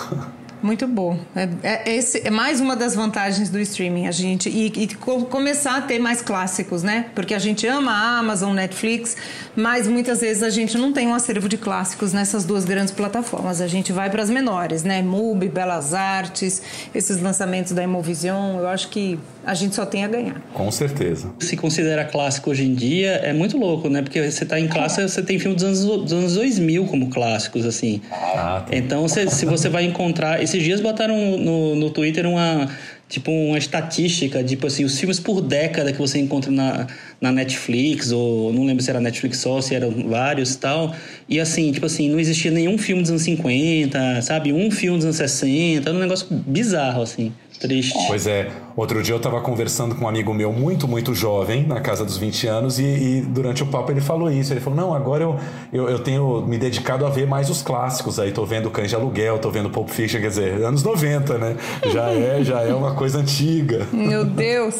Muito bom. É, é, esse é mais uma das vantagens do streaming, a gente e, e co- começar a ter mais clássicos, né? Porque a gente ama a Amazon, Netflix, mas muitas vezes a gente não tem um acervo de clássicos nessas duas grandes plataformas. A gente vai para as menores, né? MUBI, Belas Artes, esses lançamentos da Imovision. Eu acho que a gente só tem a ganhar. Com certeza. Se considera clássico hoje em dia, é muito louco, né? Porque você tá em classe, você tem filme dos anos, dos anos dois mil como clássicos, assim. Ah, tá. Então, se, se você vai encontrar... Esses dias botaram no, no Twitter uma... Tipo, uma estatística, tipo assim, os filmes por década que você encontra na, na Netflix, ou não lembro se era Netflix só, se eram vários e tal. E assim, tipo assim, não existia nenhum filme dos anos cinquenta, sabe? Um filme dos anos sessenta, era um negócio bizarro, assim. Triste. Pois é, outro dia eu tava conversando com um amigo meu muito, muito jovem, na casa dos vinte anos, e, e durante o papo ele falou isso, ele falou, não, agora eu, eu, eu tenho me dedicado a ver mais os clássicos, aí tô vendo Cães de Aluguel, tô vendo Pulp Fiction, quer dizer, anos noventa, né? Já é, já é uma coisa antiga. Meu Deus!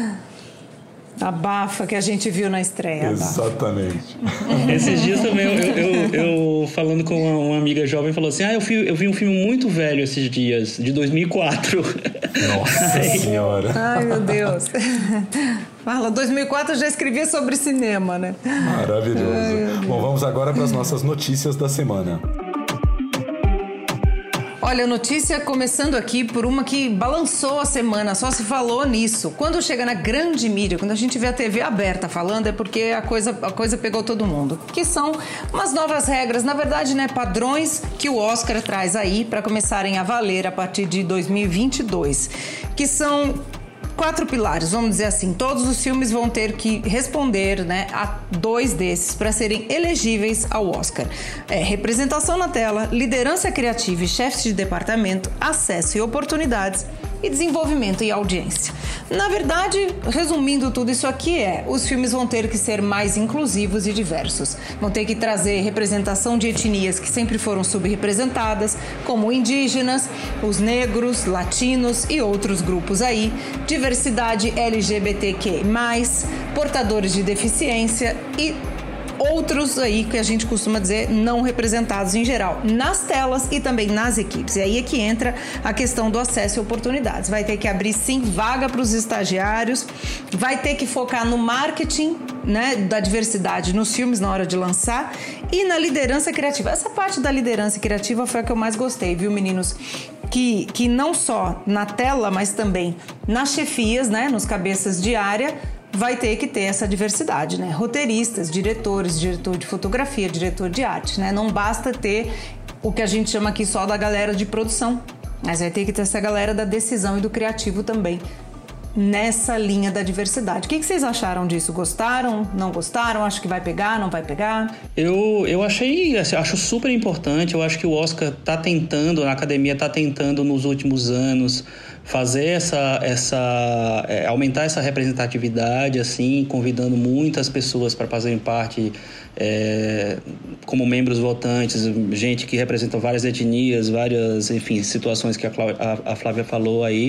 Abafa que a gente viu na estreia. Exatamente. Esses dias também eu, eu, eu falando com uma, uma amiga jovem falou assim, ah, eu, fui, eu vi um filme muito velho esses dias, de dois mil e quatro. Nossa Ai. Senhora. Ai, meu Deus. Fala, dois mil e quatro eu já escrevia sobre cinema, né? Maravilhoso. Ai, bom, vamos agora para as nossas notícias da semana. Olha, notícia começando aqui por uma que balançou a semana, só se falou nisso. Quando chega na grande mídia, quando a gente vê a T V aberta falando, é porque a coisa, a coisa pegou todo mundo. Que são umas novas regras, na verdade, né, padrões que o Oscar traz aí para começarem a valer a partir de dois mil e vinte e dois, que são... Quatro pilares, vamos dizer assim. Todos os filmes vão ter que responder, né, a dois desses para serem elegíveis ao Oscar. É, representação na tela, liderança criativa e chefes de departamento, acesso e oportunidades e desenvolvimento e audiência. Na verdade, resumindo tudo isso aqui é, os filmes vão ter que ser mais inclusivos e diversos. Vão ter que trazer representação de etnias que sempre foram subrepresentadas, como indígenas, os negros, latinos e outros grupos aí, diversidade L G B T Q mais, portadores de deficiência e outros aí que a gente costuma dizer não representados em geral, nas telas e também nas equipes. E aí é que entra a questão do acesso e oportunidades. Vai ter que abrir sim vaga para os estagiários, vai ter que focar no marketing, né, da diversidade nos filmes na hora de lançar e na liderança criativa. Essa parte da liderança criativa foi a que eu mais gostei, viu, meninos? Que, que não só na tela, mas também nas chefias, né, nos cabeças de área, vai ter que ter essa diversidade, né? Roteiristas, diretores, diretor de fotografia, diretor de arte, né? Não basta ter o que a gente chama aqui só da galera de produção, mas vai ter que ter essa galera da decisão e do criativo também, nessa linha da diversidade. O que, que vocês acharam disso? Gostaram? Não gostaram? Acho que vai pegar? Não vai pegar? Eu, eu achei, acho super importante. Eu acho que o Oscar tá tentando, a academia tá tentando nos últimos anos fazer essa, essa é, aumentar essa representatividade, assim, convidando muitas pessoas para fazerem parte é, como membros votantes, gente que representa várias etnias, várias, enfim, situações que a, a, a Flávia falou aí.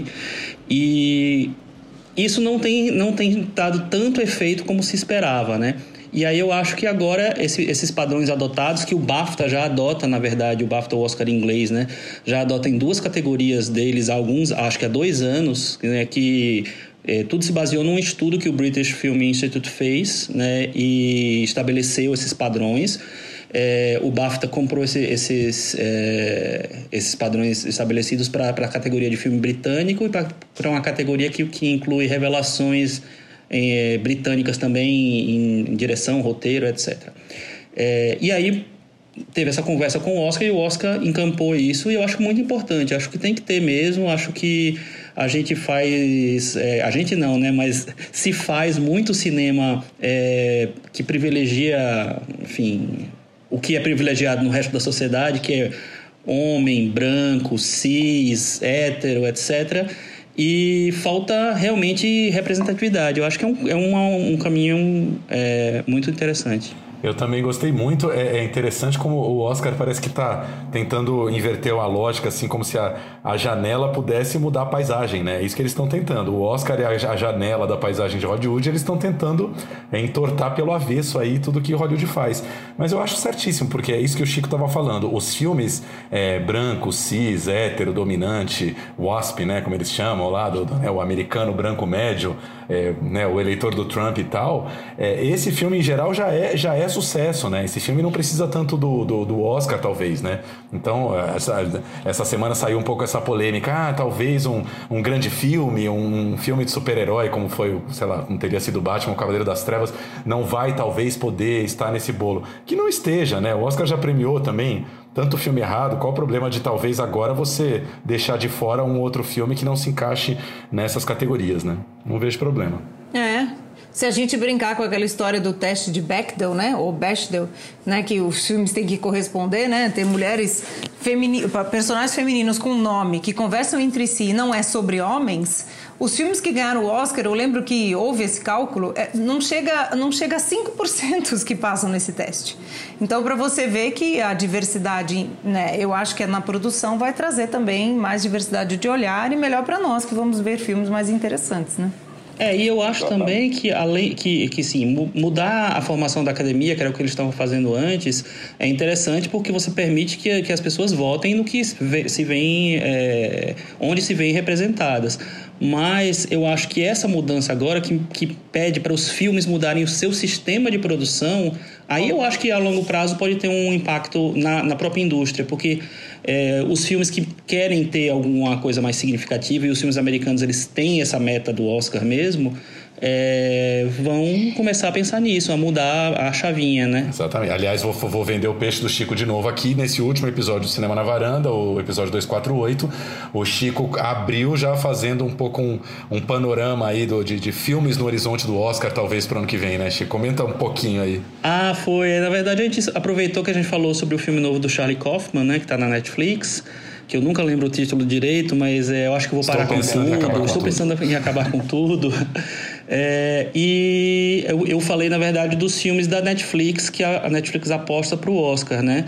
E isso não tem, não tem dado tanto efeito como se esperava, né? E aí eu acho que agora esse, esses padrões adotados, que o BAFTA já adota, na verdade, o BAFTA, o Oscar em inglês, né? Já adota em duas categorias deles há alguns, acho que há dois anos, né? Que é, tudo se baseou num estudo que o British Film Institute fez, né? E estabeleceu esses padrões. É, o BAFTA comprou esse, esses, é, esses padrões estabelecidos para a categoria de filme britânico e para uma categoria que, que inclui revelações é, britânicas também em, em direção, roteiro, etcétera. É, e aí teve essa conversa com o Oscar e o Oscar encampou isso, e eu acho muito importante. Acho que tem que ter mesmo, acho que a gente faz... É, a gente não, né? Mas se faz muito cinema é, que privilegia, enfim, o que é privilegiado no resto da sociedade, que é homem, branco, cis, hétero, etcétera. E falta realmente representatividade. Eu acho que é um, é um, um caminho é, muito interessante. Eu também gostei muito. É, é interessante como o Oscar parece que está tentando inverter a lógica, assim, como se a, a janela pudesse mudar a paisagem, né? É isso que eles estão tentando. O Oscar é a, a janela da paisagem de Hollywood, eles estão tentando é, entortar pelo avesso aí tudo que Hollywood faz. Mas eu acho certíssimo, porque é isso que o Chico estava falando. Os filmes é, branco, cis, hétero, dominante, WASP, né, como eles chamam lá, do, do, né, o americano branco médio, é, né, o eleitor do Trump e tal, é, esse filme em geral já é, já é sucesso, né? Esse filme não precisa tanto do, do, do Oscar, talvez, né? Então, essa, essa semana saiu um pouco essa polêmica, ah, talvez um, um grande filme, um filme de super-herói, como foi, sei lá, como teria sido Batman, o Cavaleiro das Trevas, não vai, talvez, poder estar nesse bolo. Que não esteja, né? O Oscar já premiou também tanto filme errado. Qual o problema de, talvez, agora você deixar de fora um outro filme que não se encaixe nessas categorias, né? Não vejo problema. É... Se a gente brincar com aquela história do teste de Bechdel, né, ou Bechdel, né, que os filmes têm que corresponder, né, ter mulheres, femini- personagens femininos com nome que conversam entre si e não é sobre homens, os filmes que ganharam o Oscar, eu lembro que houve esse cálculo, é, não, chega, não chega a cinco por cento os que passam nesse teste. Então, para você ver que a diversidade, né, eu acho que é na produção vai trazer também mais diversidade de olhar e melhor para nós, que vamos ver filmes mais interessantes, né? É, e eu acho também que, além, que, que sim, mudar a formação da academia, que era o que eles estavam fazendo antes, é interessante porque você permite que, que as pessoas votem no que se vem, é, onde se veem representadas. Mas eu acho que essa mudança agora, que, que pede para os filmes mudarem o seu sistema de produção, aí eu acho que a longo prazo pode ter um impacto na, na própria indústria, porque é, os filmes que querem ter alguma coisa mais significativa, e os filmes americanos eles têm essa meta do Oscar mesmo, é, vão começar a pensar nisso, a mudar a chavinha, né? Exatamente. Aliás, vou, vou vender o peixe do Chico de novo aqui nesse último episódio do Cinema na Varanda, o episódio duzentos e quarenta e oito. O Chico abriu já fazendo um pouco um, um panorama aí do, de, de filmes no horizonte do Oscar, talvez para o ano que vem, né, Chico? Comenta um pouquinho aí. Ah, foi. Na verdade, a gente aproveitou que a gente falou sobre o filme novo do Charlie Kaufman, né, que está na Netflix, que eu nunca lembro o título direito, mas é, eu acho que vou parar com tudo. Com Estou tudo. pensando em acabar com tudo. É, e eu, eu falei, na verdade, dos filmes da Netflix, que a, a Netflix aposta para o Oscar, né?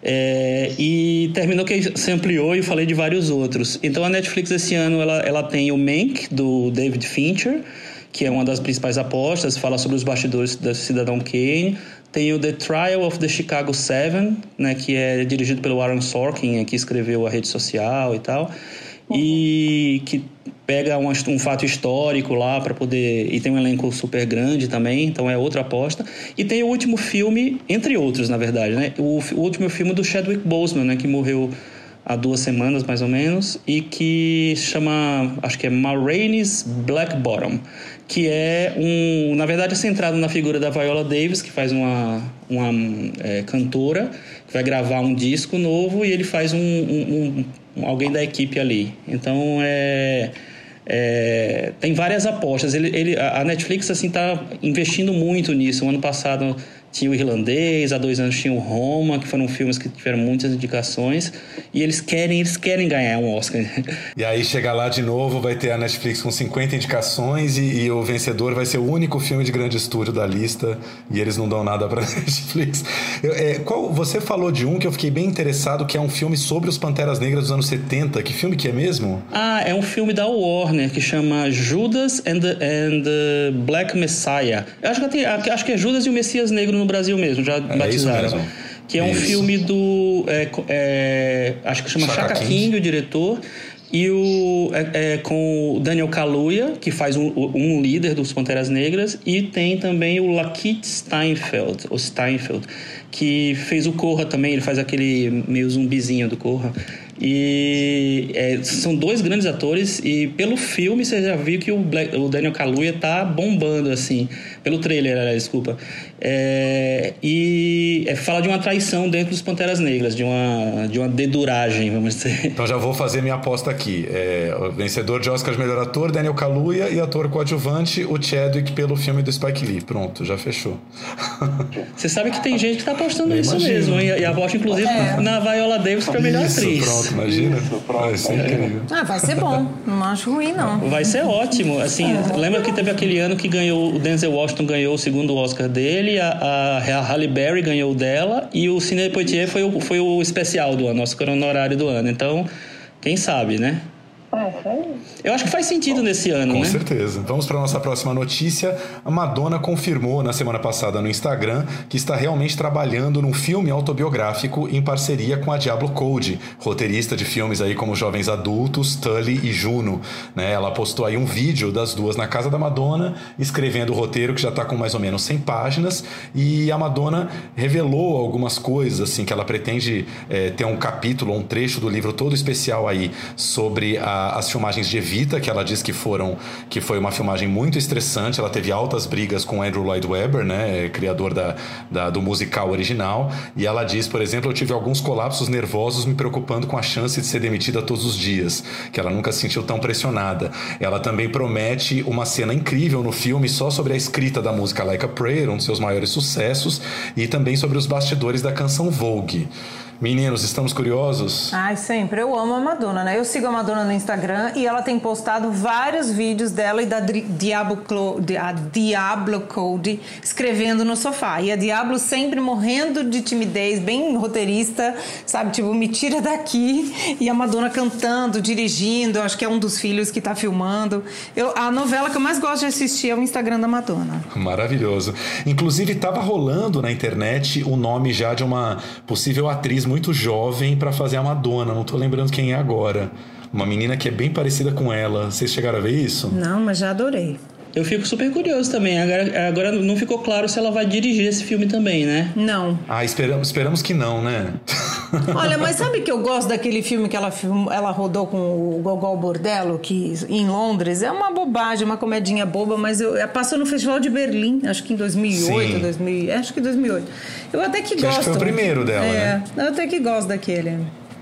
É, e terminou que se ampliou e eu falei de vários outros. Então, a Netflix, esse ano, ela, ela tem o Mank, do David Fincher, que é uma das principais apostas, fala sobre os bastidores do Cidadão Kane. Tem o The Trial of the Chicago Seven, né, que é dirigido pelo Aaron Sorkin, que escreveu A Rede Social e tal, uhum. E que pega um, um fato histórico lá para poder... E tem um elenco super grande também, então é outra aposta. E tem o último filme, entre outros, na verdade, né, o, o último filme do Chadwick Boseman, né, que morreu há duas semanas mais ou menos, e que se chama, acho que é Ma Rainey's Black Bottom, que é um, na verdade é centrado na figura da Viola Davis, que faz uma, uma é, cantora, que vai gravar um disco novo e ele faz um, um, um alguém da equipe ali. Então é, é tem várias apostas. Ele, ele, a Netflix assim está investindo muito nisso. O ano passado tinha o Irlandês, há dois anos tinha o Roma, que foram filmes que tiveram muitas indicações, e eles querem, eles querem ganhar um Oscar. E aí chega lá de novo, vai ter a Netflix com cinquenta indicações e, e o vencedor vai ser o único filme de grande estúdio da lista, e eles não dão nada pra Netflix. Eu, é, qual, você falou de um que eu fiquei bem interessado, que é um filme sobre os Panteras Negras dos anos setenta. Que filme que é mesmo? Ah, é um filme da Warner que chama Judas and the, and the Black Messiah. Eu acho que, tem, acho que é Judas e o Messias Negro no Brasil mesmo, já é batizaram. Isso mesmo. Que é um isso. filme do... É, é, acho que chama Chaka King, o diretor. E o, é, é, com o Daniel Kaluuya, que faz um, um líder dos Panteras Negras. E tem também o Lakeith Steinfeld, o Steinfeld, que fez o Corra também. Ele faz aquele meio zumbizinho do Corra. E é, são dois grandes atores. E pelo filme você já viu que o, Black, o Daniel Kaluuya tá bombando, assim. Pelo trailer, aliás, desculpa. É, e é, fala de uma traição dentro dos Panteras Negras, de uma, de uma deduragem, vamos dizer. Então já vou fazer minha aposta aqui. É, o vencedor de Oscar de melhor ator, Daniel Kaluuya, e ator coadjuvante, o Chadwick, pelo filme do Spike Lee. Pronto, já fechou. Você sabe que tem gente que tá apostando Eu nisso imagino. mesmo, hein? E aposta inclusive É. na Viola Davis pra melhor Isso, atriz. pronto, imagina. Isso, pronto. Vai ser incrível. Ah, vai ser bom. Não acho ruim, não. Vai ser ótimo. Assim, lembra que teve aquele ano que ganhou, o Denzel Washington ganhou o segundo Oscar dele, a, a Halle Berry ganhou o dela, e o Sidney Poitier foi o, foi o especial do ano, Oscar honorário do ano. Então, quem sabe, né? Eu acho que faz sentido nesse ano, Com né? certeza. Vamos para a nossa próxima notícia. A Madonna confirmou na semana passada no Instagram que está realmente trabalhando num filme autobiográfico em parceria com a Diablo Cody, roteirista de filmes aí como Jovens Adultos, Tully e Juno. Né? Ela postou aí um vídeo das duas na casa da Madonna, escrevendo o roteiro, que já está com mais ou menos cem páginas, e a Madonna revelou algumas coisas, assim, que ela pretende é, ter um capítulo, um trecho do livro todo especial aí sobre a as filmagens de Evita, que ela diz que foram que foi uma filmagem muito estressante. Ela teve altas brigas com Andrew Lloyd Webber, né, criador da, da, do musical original, e ela diz, por exemplo, eu tive alguns colapsos nervosos me preocupando com a chance de ser demitida todos os dias, que ela nunca se sentiu tão pressionada. Ela também promete uma cena incrível no filme só sobre a escrita da música Like a Prayer, um dos seus maiores sucessos, e também sobre os bastidores da canção Vogue. Meninos, estamos curiosos? Ai, sempre. Eu amo a Madonna, né? Eu sigo a Madonna no Instagram e ela tem postado vários vídeos dela e da Dri- Diablo, Clo- a Diablo Cody escrevendo no sofá. E a Diablo sempre morrendo de timidez, bem roteirista, sabe? Tipo, me tira daqui. E a Madonna cantando, dirigindo. Acho que é um dos filhos que tá filmando. Eu, a novela que eu mais gosto de assistir é o Instagram da Madonna. Maravilhoso. Inclusive, estava rolando na internet o nome já de uma possível atriz muito jovem para fazer a Madonna. Não tô lembrando quem é agora. Uma menina que é bem parecida com ela. Vocês chegaram a ver isso? Não, mas já adorei. Eu fico super curioso também. Agora, agora não ficou claro se ela vai dirigir esse filme também, né? Não. Ah, esperamos, esperamos que não, né? Olha, mas sabe que eu gosto daquele filme que ela, film, ela rodou com o Gogol Bordello, que em Londres? É uma bobagem, uma comedinha boba, mas eu, passou no Festival de Berlim, acho que em dois mil e oito, dois mil, acho que dois mil e oito. Eu até que, que gosto. Acho que foi o primeiro dela, é, né? Eu até que gosto daquele.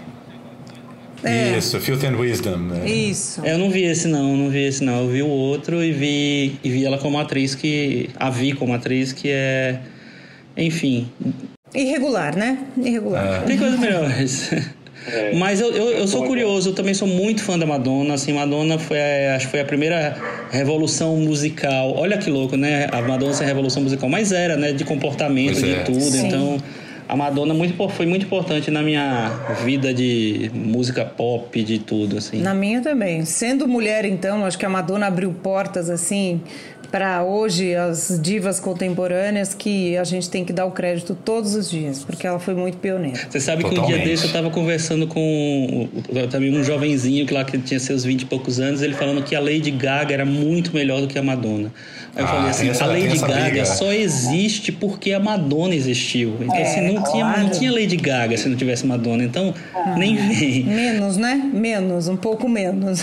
É. Isso, Filth and Wisdom. Né? Isso. Eu não vi esse não, não vi esse não. Eu vi o outro e vi, e vi ela como atriz que... A vi como atriz que é... Enfim... Irregular, né? Irregular. É. Tem coisas melhores. É. Mas eu, eu, eu sou curioso, eu também sou muito fã da Madonna. Assim, Madonna foi, acho que foi a primeira revolução musical. Olha que louco, né? A Madonna ser revolução musical, mas era, né? De comportamento, pois de é. tudo. Sim. Então, a Madonna muito, foi muito importante na minha vida de música pop, de tudo, assim. Na minha também. Sendo mulher, então, acho que a Madonna abriu portas, assim, para hoje as divas contemporâneas que a gente tem que dar o crédito todos os dias, porque ela foi muito pioneira. Você sabe Totalmente. Que um dia desse eu estava conversando com também um jovenzinho que lá que tinha seus vinte e poucos anos, ele falando que a Lady Gaga era muito melhor do que a Madonna. Aí eu Ah, falei assim, essa- a Lady essa Gaga briga. só existe porque a Madonna existiu. Então É, assim, não, tinha, claro. não tinha Lady Gaga se não tivesse Madonna. Então, nem vem. Menos, né? Menos, um pouco menos.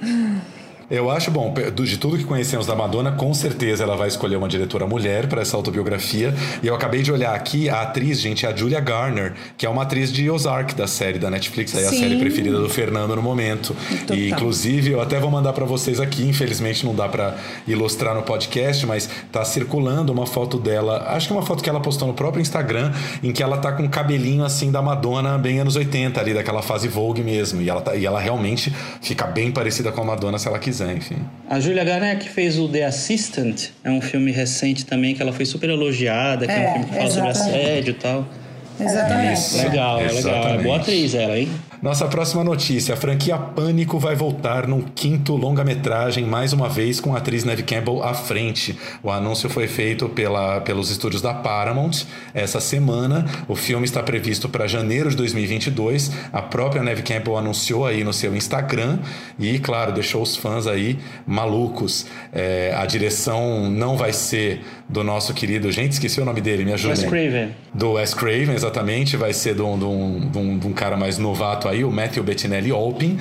Eu acho, bom, de tudo que conhecemos da Madonna, com certeza ela vai escolher uma diretora mulher para essa autobiografia. E eu acabei de olhar aqui, a atriz, gente, é a Julia Garner, que é uma atriz de Ozark, da série da Netflix, aí a Sim. série preferida do Fernando no momento. Total. E, inclusive, eu até vou mandar para vocês aqui, infelizmente não dá para ilustrar no podcast, mas tá circulando uma foto dela, acho que é uma foto que ela postou no próprio Instagram, em que ela tá com um cabelinho assim da Madonna, bem anos oitenta, ali, daquela fase Vogue mesmo. E ela, tá, e ela realmente fica bem parecida com a Madonna se ela quiser. Enfim. A Julia Garner é que fez o The Assistant, é um filme recente também que ela foi super elogiada, que é, É, um filme que fala sobre exatamente. assédio e tal. Exatamente. Isso. Legal, legal. É Exatamente. boa atriz ela, hein? Nossa próxima notícia, a franquia Pânico vai voltar num quinto longa-metragem, mais uma vez com a atriz Neve Campbell à frente. O anúncio foi feito pela, pelos estúdios da Paramount essa semana. O filme está previsto para janeiro de dois mil e vinte e dois. A própria Neve Campbell anunciou aí no seu Instagram e, claro, deixou os fãs aí malucos. É, a direção não vai ser do nosso querido... Gente, esqueci o nome dele, me ajuda. Wes Craven. Do Wes Craven, exatamente. Vai ser de um, de um, de um, de um cara mais novato aí, o Matthew Bettinelli Olpin.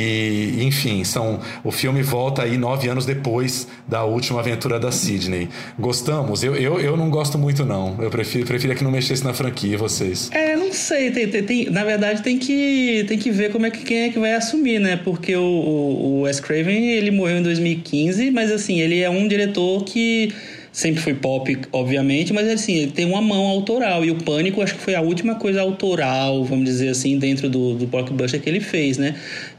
E, enfim, são, o filme volta aí nove anos depois da última aventura da Sidney. Gostamos? Eu, eu, eu não gosto muito, não. Eu prefiro, prefiro que não mexesse na franquia, vocês. É, não sei. Tem, tem, tem, na verdade, tem que, tem que ver como é que, quem é que vai assumir, né? Porque o, o, o Wes Craven, ele morreu em dois mil e quinze, mas assim, ele é um diretor que... sempre foi pop, obviamente, mas assim, ele tem uma mão autoral. E o Pânico, acho que foi a última coisa autoral, vamos dizer assim, dentro do, do blockbuster que ele fez, né?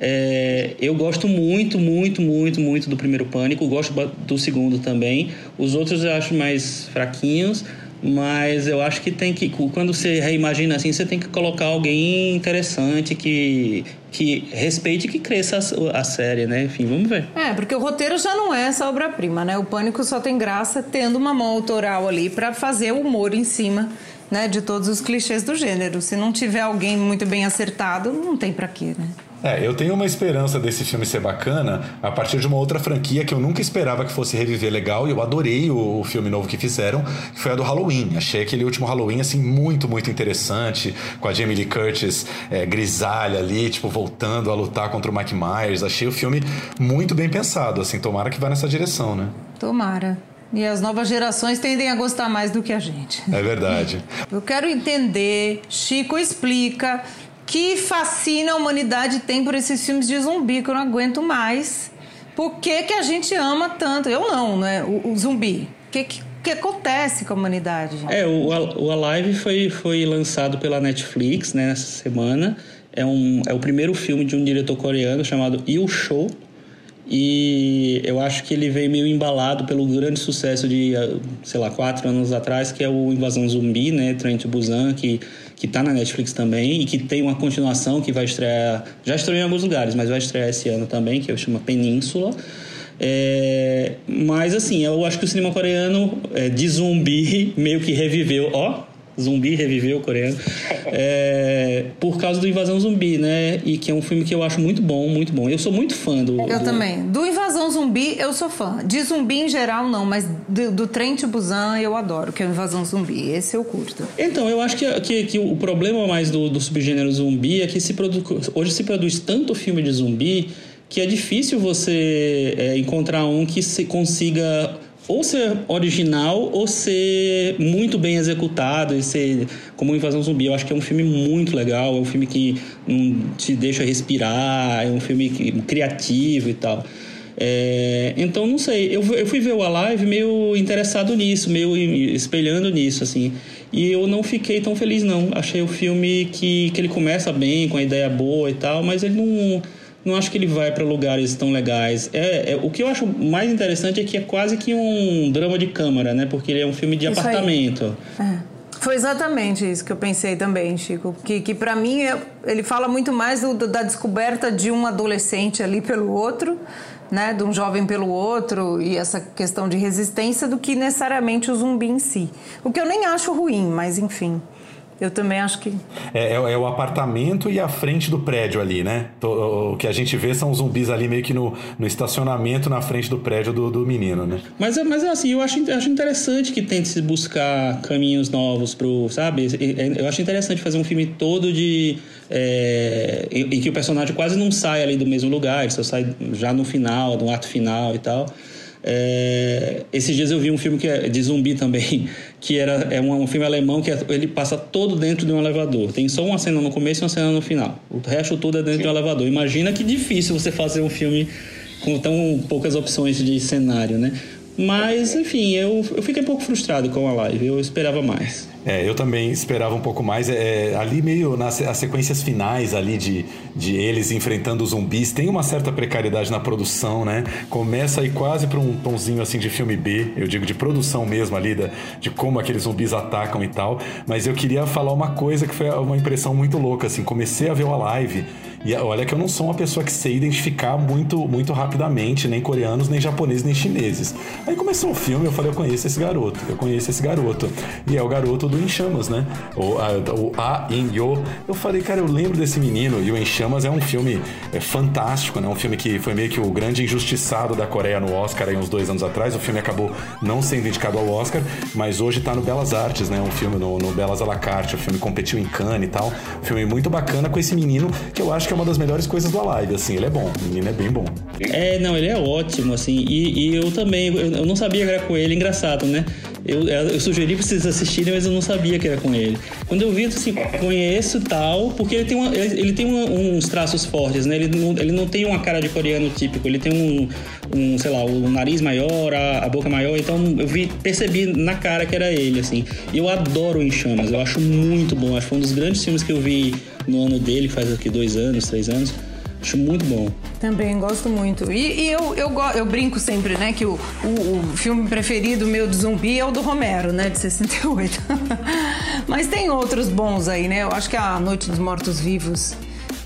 É, eu gosto muito, muito, muito, muito do primeiro Pânico. Gosto do segundo também. Os outros eu acho mais fraquinhos. Mas eu acho que tem que... Quando você reimagina assim, você tem que colocar alguém interessante que, que respeite e que cresça a, a série, né? Enfim, vamos ver. É, porque o roteiro já não é essa obra-prima, né? O Pânico só tem graça tendo uma mão autoral ali para fazer o humor em cima, né, de todos os clichês do gênero. Se não tiver alguém muito bem acertado, não tem pra quê, né? É, eu tenho uma esperança desse filme ser bacana a partir de uma outra franquia que eu nunca esperava que fosse reviver legal, e eu adorei o, o filme novo que fizeram, que foi a do Halloween. Achei aquele último Halloween, assim, muito, muito interessante, com a Jamie Lee Curtis é, grisalha ali, tipo, voltando a lutar contra o Mike Myers. Achei o filme muito bem pensado, assim, tomara que vá nessa direção, né? Tomara. E as novas gerações tendem a gostar mais do que a gente. É verdade. Eu quero entender, Chico, explica... que fascina a humanidade tem por esses filmes de zumbi, que eu não aguento mais. Por que que a gente ama tanto? Eu não, né? O, o zumbi. O que, que, que acontece com a humanidade? Gente? É, o, o Alive foi, foi lançado pela Netflix, né, nessa semana. É, um, é o primeiro filme de um diretor coreano chamado Il Cho. E eu acho que ele veio meio embalado pelo grande sucesso de, sei lá, quatro anos atrás, que é o Invasão Zumbi, né? Train to Busan, que, que tá na Netflix também e que tem uma continuação que vai estrear... Já estreou em alguns lugares, mas vai estrear esse ano também, que chama Península. É, mas, assim, eu acho que o cinema coreano é, de zumbi meio que reviveu... Ó... Zumbi reviveu o coreano é, por causa do Invasão Zumbi, né? E que é um filme que eu acho muito bom, muito bom. Eu sou muito fã do... Eu do... também. Do Invasão Zumbi, eu sou fã. De zumbi em geral, não. Mas do, do Train to Busan, eu adoro, que é o Invasão Zumbi. Esse eu curto. Então, eu acho que, que, que o problema mais do, do subgênero zumbi é que se produ... hoje se produz tanto filme de zumbi que é difícil você é, encontrar um que se consiga... ou ser original ou ser muito bem executado e ser como Invasão Zumbi. Eu acho que é um filme muito legal, é um filme que não te deixa respirar, é um filme que, criativo e tal. É, então, não sei, eu, eu fui ver o Alive meio interessado nisso, meio espelhando nisso, assim. E eu não fiquei tão feliz, não. Achei o filme que, que ele começa bem, com a ideia boa e tal, mas ele não... Não acho que ele vai para lugares tão legais. É, é, o que eu acho mais interessante é que é quase que um drama de câmara, né? Porque ele é um filme de Isso apartamento. É. Foi exatamente isso que eu pensei também, Chico. Que, que para mim, é, ele fala muito mais do, da descoberta de um adolescente ali pelo outro né, de um jovem pelo outro e essa questão de resistência do que necessariamente o zumbi em si. O que eu nem acho ruim, mas enfim... Eu também acho que... É, é, é o apartamento e a frente do prédio ali, né? O, o que a gente vê são zumbis ali meio que no, no estacionamento na frente do prédio do, do menino, né? Mas, mas assim, eu acho, acho interessante que tente se buscar caminhos novos pro, sabe? Eu acho interessante fazer um filme todo de... É, em, em que o personagem quase não sai ali do mesmo lugar, ele só sai já no final, no ato final e tal... É, esses dias eu vi um filme que é de zumbi também, que era, é um, um filme alemão que é, ele passa todo dentro de um elevador. Tem só uma cena no começo e uma cena no final. O resto todo é dentro Sim. de um elevador. Imagina que difícil você fazer um filme com tão poucas opções de cenário, né? Mas, enfim, eu, eu fiquei um pouco frustrado com a live. Eu esperava mais. É, eu também esperava um pouco mais. É, ali meio nas as sequências finais ali de, de eles enfrentando os zumbis, tem uma certa precariedade na produção, né? Começa aí quase para um tomzinho assim de filme B, eu digo de produção mesmo ali, da, de como aqueles zumbis atacam e tal. Mas eu queria falar uma coisa que foi uma impressão muito louca, assim. Comecei a ver a live e olha que eu não sou uma pessoa que sei identificar muito, muito rapidamente, nem coreanos, nem japoneses, nem chineses. Aí começou o filme, eu falei, eu conheço esse garoto, eu conheço esse garoto. E é o garoto do Em Chamas, né? O A, o a In Yo. Eu falei, cara, eu lembro desse menino. E o Em Chamas é um filme é, fantástico, né? Um filme que foi meio que o grande injustiçado da Coreia no Oscar aí uns dois anos atrás. O filme acabou não sendo indicado ao Oscar, mas hoje tá no Belas Artes, né? Um filme no, no Belas à la carte. O filme competiu em Cannes e tal. Um filme muito bacana com esse menino, que eu acho que é uma das melhores coisas do Alive, assim. Ele é bom. O menino é bem bom. É, não, ele é ótimo, assim. E, e eu também, eu, eu não sabia que era com ele. Engraçado, né? Eu, eu sugeri pra vocês assistirem, mas eu não sabia que era com ele. Quando eu vi, eu assim, conheço tal, porque ele tem, uma, ele, ele tem uma, uns traços fortes, né? Ele não, ele não tem uma cara de coreano típico, ele tem um, um sei lá, o nariz maior, a, a boca maior, então eu vi, percebi na cara que era ele, assim. E eu adoro Em Chamas, eu acho muito bom, acho que foi um dos grandes filmes que eu vi no ano dele, faz aqui dois anos, três anos. Acho muito bom. Também gosto muito. E, e eu, eu, eu brinco sempre, né, que o, o, o filme preferido meu de zumbi é o do Romero, né, de sessenta e oito. Mas tem outros bons aí, né? Eu acho que A Noite dos Mortos-Vivos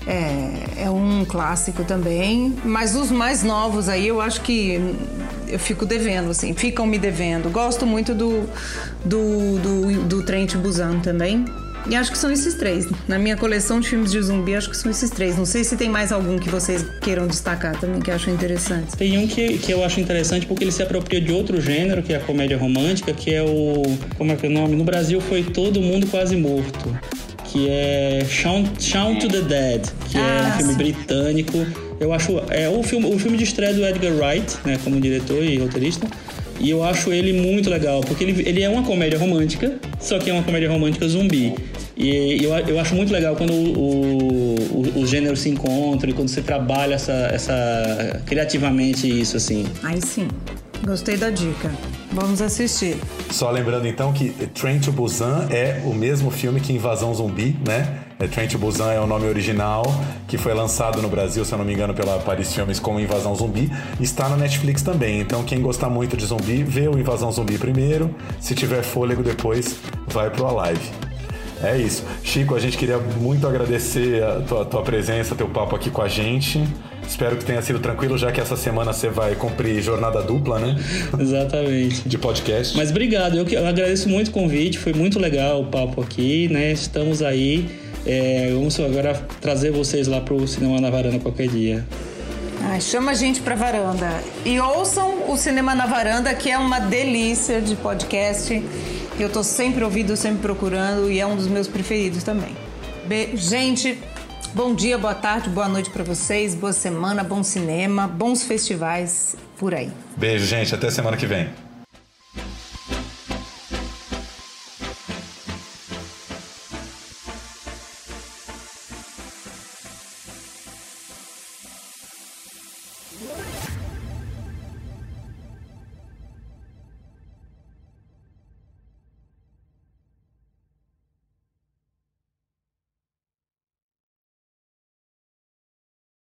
é, é um clássico também. Mas os mais novos aí, eu acho que eu fico devendo, assim, ficam me devendo. Gosto muito do, do, do, do Train to Busan também. E acho que são esses três. Na minha coleção de filmes de zumbi, acho que são esses três. Não sei se tem mais algum que vocês queiram destacar também, que eu acho interessante. Tem um que, que eu acho interessante porque ele se apropria de outro gênero, que é a comédia romântica, que é o... Como é que é o nome? No Brasil foi Todo Mundo Quase Morto, que é Shaun, Shaun to the Dead, que ah, é um filme sim. britânico. Eu acho... É o filme, o filme de estreia do Edgar Wright, né, como diretor e roteirista. E eu acho ele muito legal, porque ele, ele é uma comédia romântica, só que é uma comédia romântica zumbi. E eu, eu acho muito legal quando o, o, os gêneros se encontram e quando você trabalha essa, essa, criativamente isso, assim. Aí sim, gostei da dica. Vamos assistir. Só lembrando então que Train to Busan é o mesmo filme que Invasão Zumbi, né? Train to Busan é o nome original, que foi lançado no Brasil, se eu não me engano, pela Paris Filmes como Invasão Zumbi. Está na Netflix também, então quem gostar muito de zumbi, vê o Invasão Zumbi primeiro. Se tiver fôlego depois, vai pro Alive. É isso. Chico, a gente queria muito agradecer a tua, a tua presença, teu papo aqui com a gente. Espero que tenha sido tranquilo, já que essa semana você vai cumprir jornada dupla, né? Exatamente. De podcast. Mas obrigado, eu, eu agradeço muito o convite, foi muito legal o papo aqui, né? Estamos aí. É, vamos agora trazer vocês lá pro Cinema na Varanda qualquer dia. Ai, chama a gente pra varanda. E ouçam o Cinema na Varanda, que é uma delícia de podcast. Eu tô sempre ouvindo, sempre procurando e é um dos meus preferidos também. Be- gente, bom dia, boa tarde, boa noite pra vocês, boa semana, bom cinema, bons festivais por aí. Beijo, gente. Até semana que vem.